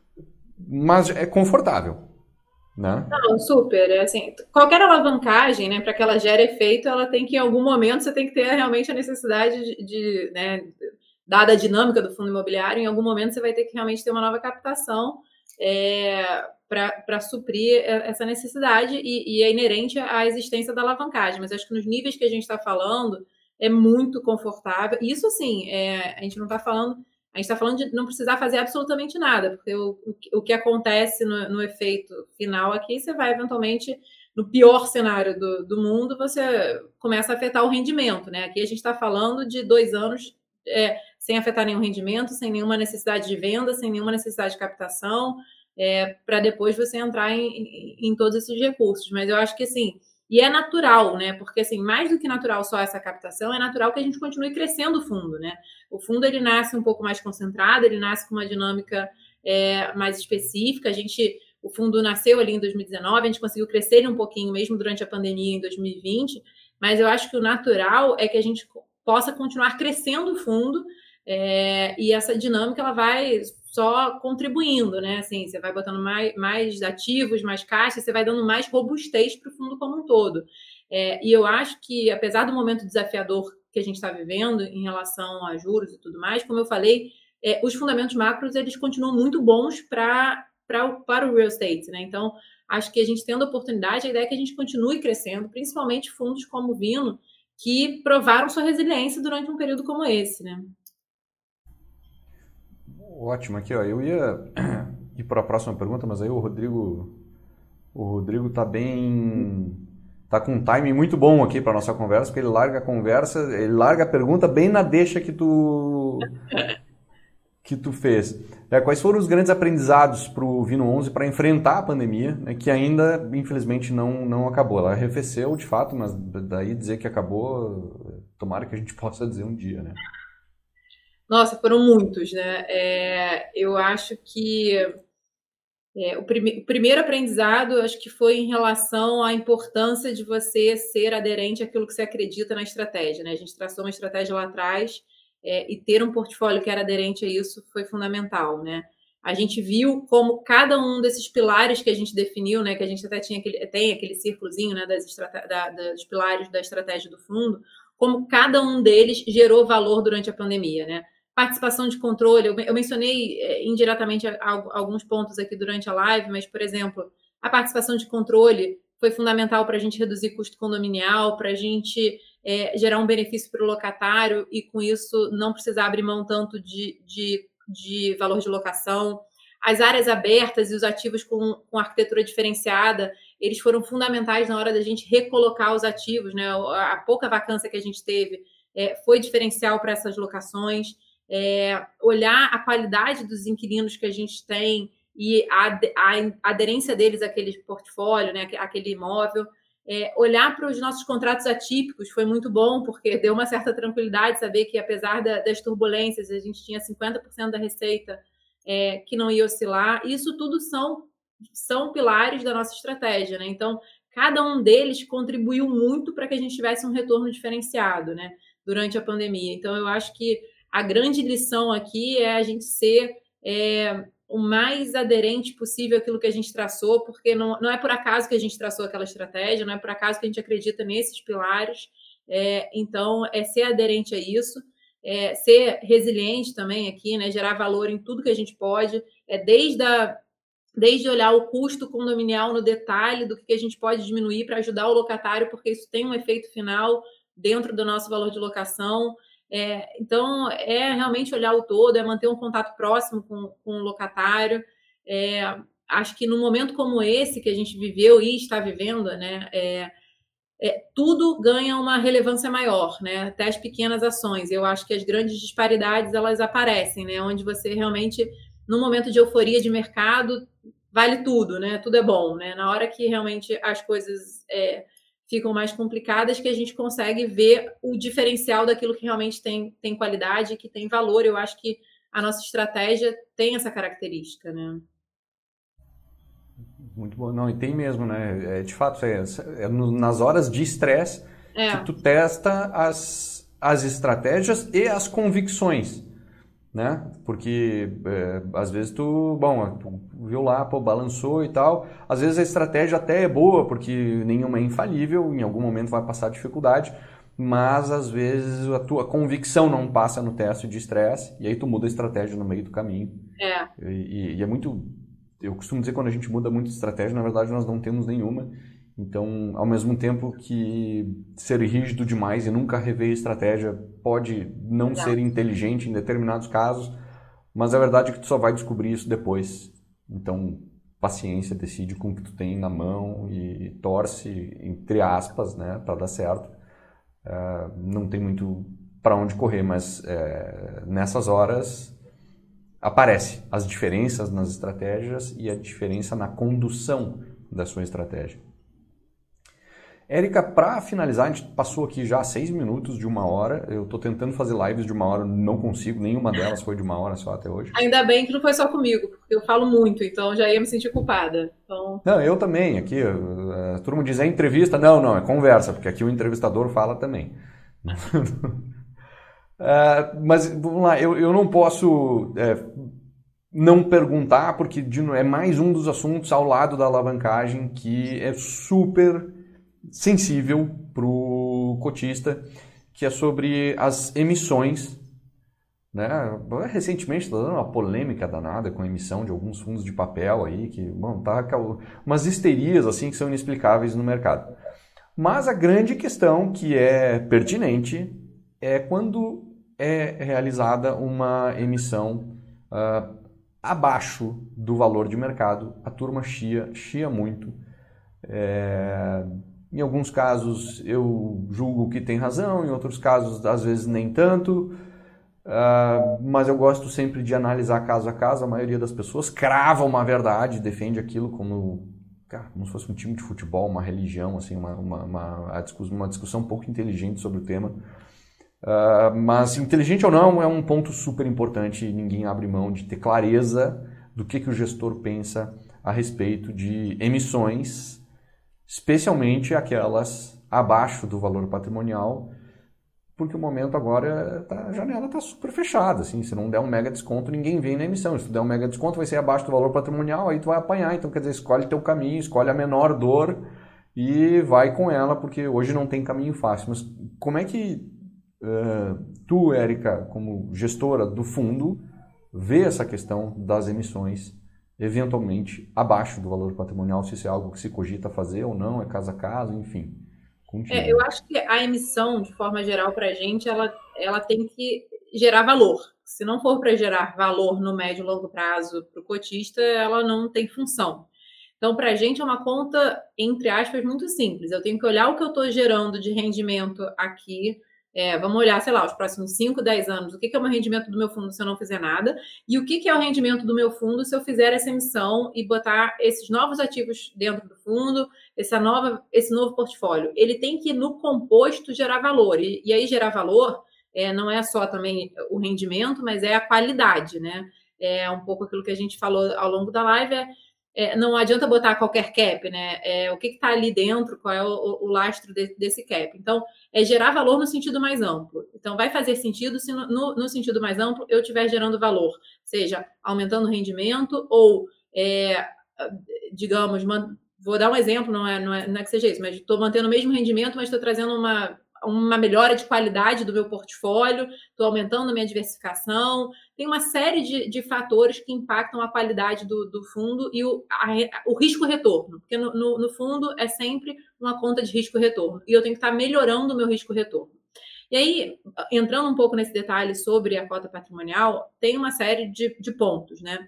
mas é confortável, né? Não, super. É assim, qualquer alavancagem, né, para que ela gere efeito, ela tem que, em algum momento, você tem que ter realmente a necessidade de, de né, dada a dinâmica do fundo imobiliário, em algum momento você vai ter que realmente ter uma nova captação é, para suprir essa necessidade e, e é inerente à existência da alavancagem. Mas acho que nos níveis que a gente está falando é muito confortável. Isso, assim, é, a gente não está falando a gente está falando de não precisar fazer absolutamente nada, porque o, o, o que acontece no, no efeito final aqui, você vai eventualmente, no pior cenário do, do mundo, você começa a afetar o rendimento, né? Aqui a gente está falando de dois anos é, sem afetar nenhum rendimento, sem nenhuma necessidade de venda, sem nenhuma necessidade de captação, é, para depois você entrar em, em, em todos esses recursos. Mas eu acho que, assim, e é natural, né? Porque, assim, mais do que natural só essa captação, é natural que a gente continue crescendo o fundo, né? O fundo, ele nasce um pouco mais concentrado, ele nasce com uma dinâmica é, mais específica. A gente, o fundo nasceu ali em dois mil e dezenove, a gente conseguiu crescer ele um pouquinho, mesmo durante a pandemia em dois mil e vinte, mas eu acho que o natural é que a gente possa continuar crescendo o fundo é, e essa dinâmica, ela vai só contribuindo, né? Assim, você vai botando mais, mais ativos, mais caixa, você vai dando mais robustez para o fundo como um todo. É, e eu acho que, apesar do momento desafiador que a gente está vivendo em relação a juros e tudo mais, como eu falei, é, os fundamentos macros, eles continuam muito bons pra, pra, para o real estate, né? Então, acho que a gente tendo oportunidade, a ideia é que a gente continue crescendo, principalmente fundos como o Vino, que provaram sua resiliência durante um período como esse, né? Ótimo, aqui ó, eu ia ir para a próxima pergunta, mas aí o Rodrigo, o Rodrigo tá bem, tá com um timing muito bom aqui para nossa conversa, porque ele larga a conversa, ele larga a pergunta bem na deixa que tu que tu fez. É, quais foram os grandes aprendizados para o Vino onze para enfrentar a pandemia, né, que ainda infelizmente não não acabou? Ela arrefeceu de fato, mas daí dizer que acabou, tomara que a gente possa dizer um dia, né? Nossa, foram muitos, né? É, eu acho que é, o, prime o primeiro aprendizado, acho que foi em relação à importância de você ser aderente àquilo que você acredita na estratégia, né? A gente traçou uma estratégia lá atrás é, e ter um portfólio que era aderente a isso foi fundamental, né? A gente viu como cada um desses pilares que a gente definiu, né? Que a gente até tinha aquele, tem aquele círculozinho, né? Das da, dos pilares da estratégia do fundo, como cada um deles gerou valor durante a pandemia, né? Participação de controle, eu mencionei é, indiretamente alguns pontos aqui durante a live, mas, por exemplo, a participação de controle foi fundamental para a gente reduzir custo condominial, para a gente é, gerar um benefício para o locatário e, com isso, não precisar abrir mão tanto de, de, de valor de locação. As áreas abertas e os ativos com, com arquitetura diferenciada, eles foram fundamentais na hora da gente recolocar os ativos, né? A pouca vacância que a gente teve é, foi diferencial para essas locações. É, olhar a qualidade dos inquilinos que a gente tem e a, a aderência deles àquele portfólio, né, àquele imóvel. É, olhar para os nossos contratos atípicos foi muito bom, porque deu uma certa tranquilidade saber que, apesar da, das turbulências, a gente tinha cinquenta por cento da receita é, que não ia oscilar. Isso tudo são são pilares da nossa estratégia, né? Então, cada um deles contribuiu muito para que a gente tivesse um retorno diferenciado, né, durante a pandemia. Então, eu acho que a grande lição aqui é a gente ser é, o mais aderente possível àquilo que a gente traçou, porque não, não é por acaso que a gente traçou aquela estratégia, não é por acaso que a gente acredita nesses pilares. É, então, é ser aderente a isso, é, ser resiliente também aqui, né, gerar valor em tudo que a gente pode, é, desde a desde olhar o custo condominial no detalhe do que a gente pode diminuir para ajudar o locatário, porque isso tem um efeito final dentro do nosso valor de locação. É, então, é realmente olhar o todo, é manter um contato próximo com, com o locatário. É, acho que num momento como esse que a gente viveu e está vivendo, né, é, é, tudo ganha uma relevância maior, né? Até as pequenas ações. Eu acho que as grandes disparidades, elas aparecem, né? Onde você realmente, no momento de euforia de mercado, vale tudo, né? Tudo é bom, né? Na hora que realmente as coisas é, ficam mais complicadas, que a gente consegue ver o diferencial daquilo que realmente tem, tem qualidade, que tem valor. Eu acho que a nossa estratégia tem essa característica, né? Muito bom. Não, e tem mesmo, né? É, de fato, é, é no, nas horas de estresse É. que tu testa as, as estratégias e as convicções, né? Porque é, às vezes tu, bom, tu viu lá, pô, balançou e tal. Às vezes a estratégia até é boa, porque nenhuma é infalível, em algum momento vai passar dificuldade, mas às vezes a tua convicção não passa no teste de estresse e aí tu muda a estratégia no meio do caminho. É. E, e é muito... Eu costumo dizer que quando a gente muda muito de estratégia, na verdade nós não temos nenhuma. Então, ao mesmo tempo que ser rígido demais e nunca rever a estratégia pode não Exato. ser inteligente em determinados casos, mas a verdade é que tu só vai descobrir isso depois. Então, paciência, decide com o que tu tem na mão e torce, entre aspas, né, para dar certo. Uh, não tem muito para onde correr, mas é, nessas horas aparece as diferenças nas estratégias e a diferença na condução da sua estratégia. Érica, para finalizar, a gente passou aqui já seis minutos de uma hora. Eu estou tentando fazer lives de uma hora, não consigo. Nenhuma delas foi de uma hora só até hoje. Ainda bem que não foi só comigo, porque eu falo muito, então já ia me sentir culpada. Então... Não, eu também. Aqui, a turma diz é entrevista. Não, não, é conversa, porque aqui o entrevistador fala também. uh, mas, vamos lá, eu, eu não posso é, não perguntar, porque de, é mais um dos assuntos ao lado da alavancagem que é super sensível para o cotista, que é sobre as emissões, né? Recentemente está dando uma polêmica danada com a emissão de alguns fundos de papel aí, que, bom, tá umas histerias assim que são inexplicáveis no mercado. Mas a grande questão que é pertinente é quando é realizada uma emissão uh, abaixo do valor de mercado, a turma chia, chia muito. É... Em alguns casos eu julgo que tem razão, em outros casos às vezes nem tanto, uh, mas eu gosto sempre de analisar caso a caso. A maioria das pessoas crava uma verdade, defende aquilo como, cara, como se fosse um time de futebol, uma religião, assim, uma, uma, uma, uma discussão um pouco inteligente sobre o tema. Uh, mas inteligente ou não é um ponto super importante e ninguém abre mão de ter clareza do que, que o gestor pensa a respeito de emissões, especialmente aquelas abaixo do valor patrimonial, porque o momento agora, tá, a janela está super fechada. Assim, se não der um mega desconto, ninguém vem na emissão. Se tu der um mega desconto, vai ser abaixo do valor patrimonial, aí tu vai apanhar. Então, quer dizer, escolhe teu caminho, escolhe a menor dor e vai com ela, porque hoje não tem caminho fácil. Mas como é que uh, tu, Érica, como gestora do fundo, vê essa questão das emissões eventualmente abaixo do valor patrimonial, se isso é algo que se cogita fazer ou não, é caso a caso, enfim. É, eu acho que a emissão, de forma geral, para a gente, ela, ela tem que gerar valor. Se não for para gerar valor no médio e longo prazo para o cotista, ela não tem função. Então, para a gente é uma conta, entre aspas, muito simples. Eu tenho que olhar o que eu estou gerando de rendimento aqui. É, vamos olhar, sei lá, os próximos cinco, dez anos, o que, que é o meu rendimento do meu fundo se eu não fizer nada, e o que, que é o rendimento do meu fundo se eu fizer essa emissão e botar esses novos ativos dentro do fundo, essa nova, esse novo portfólio. Ele tem que, no composto, gerar valor. E, e aí, gerar valor é, não é só também o rendimento, mas é a qualidade, né? É um pouco aquilo que a gente falou ao longo da live, é é, não adianta botar qualquer cap, né? É, o que está ali dentro, qual é o, o lastro de, desse cap. Então, é gerar valor no sentido mais amplo. Então, vai fazer sentido se no, no, no sentido mais amplo eu estiver gerando valor, seja aumentando o rendimento ou, é, digamos, vou dar um exemplo, não é, não é, não é que seja isso, mas estou mantendo o mesmo rendimento, mas estou trazendo uma, uma melhora de qualidade do meu portfólio, estou aumentando a minha diversificação. Tem uma série de, de fatores que impactam a qualidade do, do fundo e o, a, o risco-retorno, porque no, no, no fundo é sempre uma conta de risco-retorno, e eu tenho que estar melhorando o meu risco-retorno. E aí, entrando um pouco nesse detalhe sobre a cota patrimonial, tem uma série de, de pontos, né?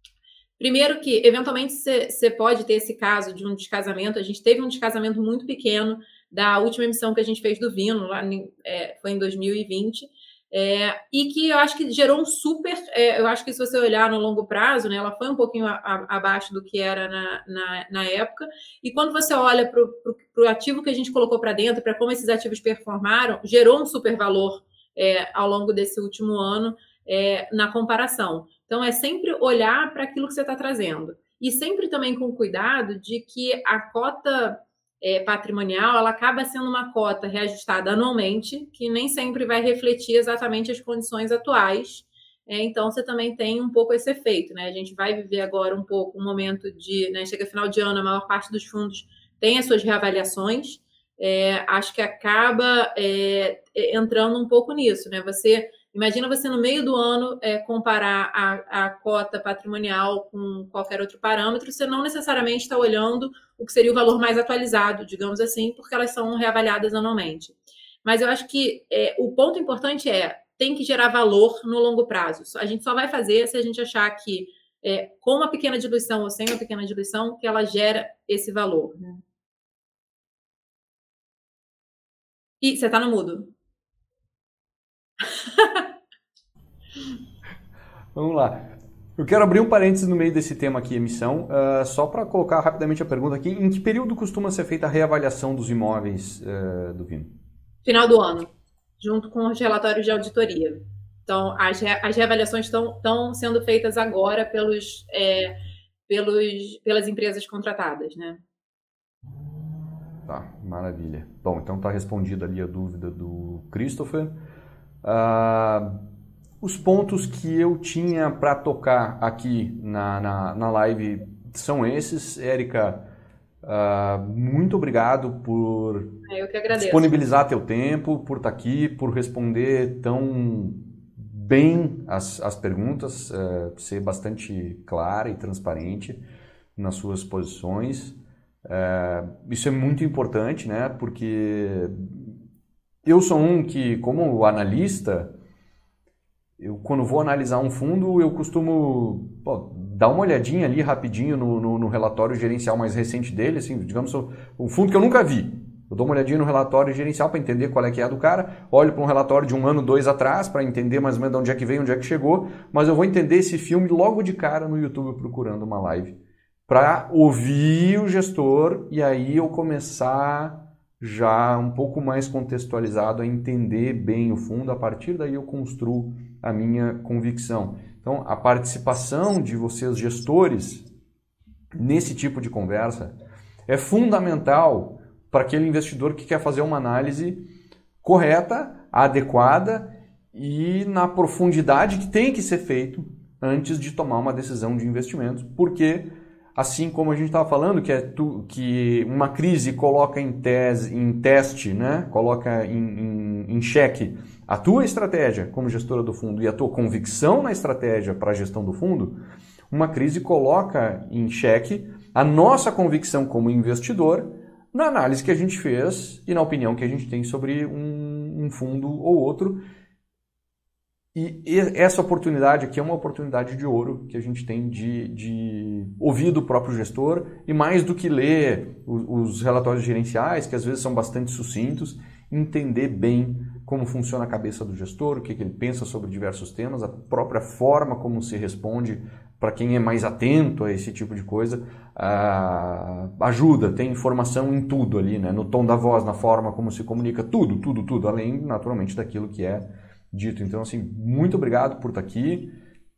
Primeiro que, eventualmente, você pode ter esse caso de um descasamento. A gente teve um descasamento muito pequeno da última emissão que a gente fez do Vino, lá é, foi em dois mil e vinte, é, e que eu acho que gerou um super... É, eu acho que se você olhar no longo prazo, né, ela foi um pouquinho a, a, abaixo do que era na, na, na época, e quando você olha para o ativo que a gente colocou para dentro, para como esses ativos performaram, gerou um super valor é, ao longo desse último ano é, na comparação. Então, é sempre olhar para aquilo que você está trazendo. E sempre também com cuidado de que a cota é, patrimonial, ela acaba sendo uma cota reajustada anualmente, que nem sempre vai refletir exatamente as condições atuais. É, então, você também tem um pouco esse efeito, né? A gente vai viver agora um pouco um momento de... Né, chega final de ano, a maior parte dos fundos tem as suas reavaliações. É, acho que acaba é, entrando um pouco nisso, né? Você... Imagina você, no meio do ano, é, comparar a, a cota patrimonial com qualquer outro parâmetro, você não necessariamente está olhando o que seria o valor mais atualizado, digamos assim, porque elas são reavaliadas anualmente. Mas eu acho que é, o ponto importante é, tem que gerar valor no longo prazo. A gente só vai fazer se a gente achar que, é, com uma pequena diluição ou sem uma pequena diluição, que ela gera esse valor, né? E você está no mudo. Vamos lá. Eu quero abrir um parênteses no meio desse tema aqui, emissão, uh, só para colocar rapidamente a pergunta aqui. Em que período costuma ser feita a reavaliação dos imóveis uh, do Vino? Final do ano, junto com os relatórios de auditoria. Então, as, re, as reavaliações estão sendo feitas agora pelos, é, pelos, pelas empresas contratadas, né? Tá, maravilha. Bom, então está respondida ali a dúvida do Christopher. Uh, os pontos que eu tinha para tocar aqui na, na, na live são esses. Érica, uh, muito obrigado por eu que agradeço. Disponibilizar teu tempo, por estar aqui, por responder tão bem as, as perguntas, uh, ser bastante clara e transparente nas suas posições. Uh, isso é muito importante, né? Porque eu sou um que, como analista, eu, quando vou analisar um fundo, eu costumo pô, dar uma olhadinha ali rapidinho no, no, no relatório gerencial mais recente dele, assim, digamos, um fundo que eu nunca vi. Eu dou uma olhadinha no relatório gerencial para entender qual é que é a do cara, olho para um relatório de um ano, dois atrás, para entender mais ou menos de onde é que veio, onde é que chegou, mas eu vou entender esse filme logo de cara no YouTube procurando uma live, para ouvir o gestor e aí eu começar já um pouco mais contextualizado a entender bem o fundo, a partir daí eu construo a minha convicção. Então, a participação de vocês, gestores, nesse tipo de conversa é fundamental para aquele investidor que quer fazer uma análise correta, adequada e na profundidade que tem que ser feito antes de tomar uma decisão de investimento, porque assim como a gente estava falando, que, é tu, que uma crise coloca em, tese, em teste, né? Coloca em, em, em xeque a tua estratégia como gestora do fundo e a tua convicção na estratégia para a gestão do fundo, uma crise coloca em xeque a nossa convicção como investidor na análise que a gente fez e na opinião que a gente tem sobre um, um fundo ou outro. E essa oportunidade aqui é uma oportunidade de ouro que a gente tem de, de ouvir do próprio gestor e mais do que ler os, os relatórios gerenciais, que às vezes são bastante sucintos, entender bem como funciona a cabeça do gestor, o que, que ele pensa sobre diversos temas, a própria forma como se responde para quem é mais atento a esse tipo de coisa, uh, ajuda, tem informação em tudo ali, né? No tom da voz, na forma como se comunica, tudo, tudo, tudo, além naturalmente daquilo que é dito. Então, assim, muito obrigado por estar aqui.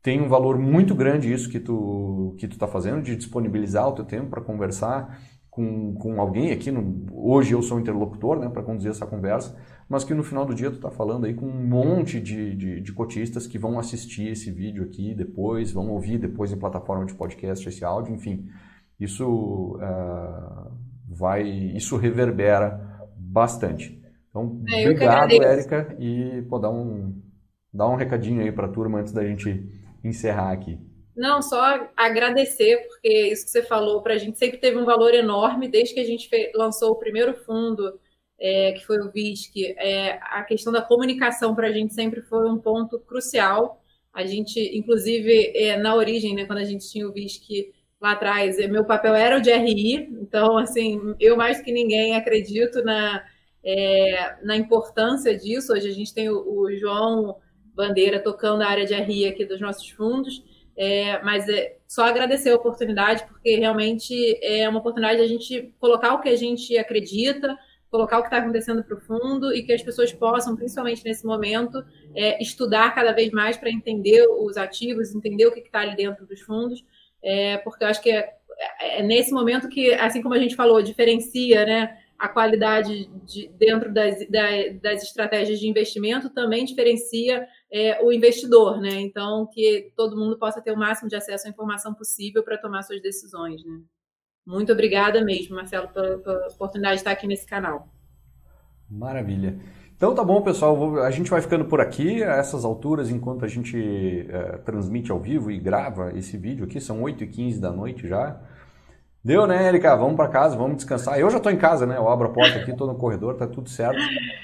tem um valor muito grande isso que tu que tu está fazendo, de disponibilizar o teu tempo para conversar com, com alguém aqui. No, hoje eu sou interlocutor, né, para conduzir essa conversa, mas que no final do dia tu está falando aí com um monte de, de, de cotistas que vão assistir esse vídeo aqui depois, vão ouvir depois em plataforma de podcast esse áudio, enfim. Isso, uh, vai, isso reverbera bastante. Então, É, eu que obrigado, agradeço. Érica, e pô, dá um, dá um recadinho aí para a turma antes da gente encerrar aqui. Não, só agradecer, porque isso que você falou para a gente sempre teve um valor enorme, desde que a gente fez, lançou o primeiro fundo, é, que foi o V I S C. É, a questão da comunicação para a gente sempre foi um ponto crucial. A gente, inclusive, é, na origem, né, quando a gente tinha o V I S C lá atrás, meu papel era o de R I, então, assim, eu mais que ninguém acredito na, é, na importância disso. Hoje a gente tem o, o João Bandeira tocando a área de R I aqui dos nossos fundos. É, mas é só agradecer a oportunidade, porque realmente é uma oportunidade de a gente colocar o que a gente acredita, colocar o que está acontecendo para o fundo e que as pessoas possam, principalmente nesse momento, é, estudar cada vez mais para entender os ativos, entender o que está ali dentro dos fundos, é, porque eu acho que é, é nesse momento que, assim como a gente falou, diferencia, né, a qualidade de, dentro das, das estratégias de investimento, também diferencia é, o investidor, né? Então, que todo mundo possa ter o máximo de acesso à informação possível para tomar suas decisões, né? Muito obrigada mesmo, Marcelo, pela, pela oportunidade de estar aqui nesse canal. Maravilha. Então tá bom, pessoal, a gente vai ficando por aqui a essas alturas, enquanto a gente é, transmite ao vivo e grava esse vídeo aqui, são oito e quinze da noite já. Deu, né, Érica? Vamos para casa, vamos descansar. Eu já estou em casa, né? Eu abro a porta aqui, estou no corredor, tá tudo certo.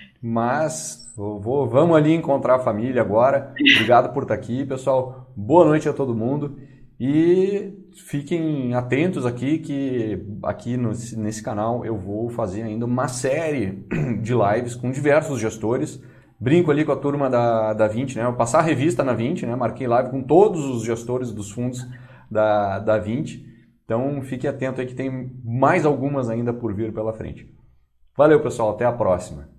Mas eu vou, vamos ali encontrar a família agora. Obrigado por estar aqui, pessoal. Boa noite a todo mundo. E fiquem atentos aqui, que aqui no, nesse canal eu vou fazer ainda uma série de lives com diversos gestores. Brinco ali com a turma da, da vinte, né? Vou passar a revista na vinte, né? Marquei live com todos os gestores dos fundos da, da vinte. Então, fique atento aí que tem mais algumas ainda por vir pela frente. Valeu, pessoal. Até a próxima.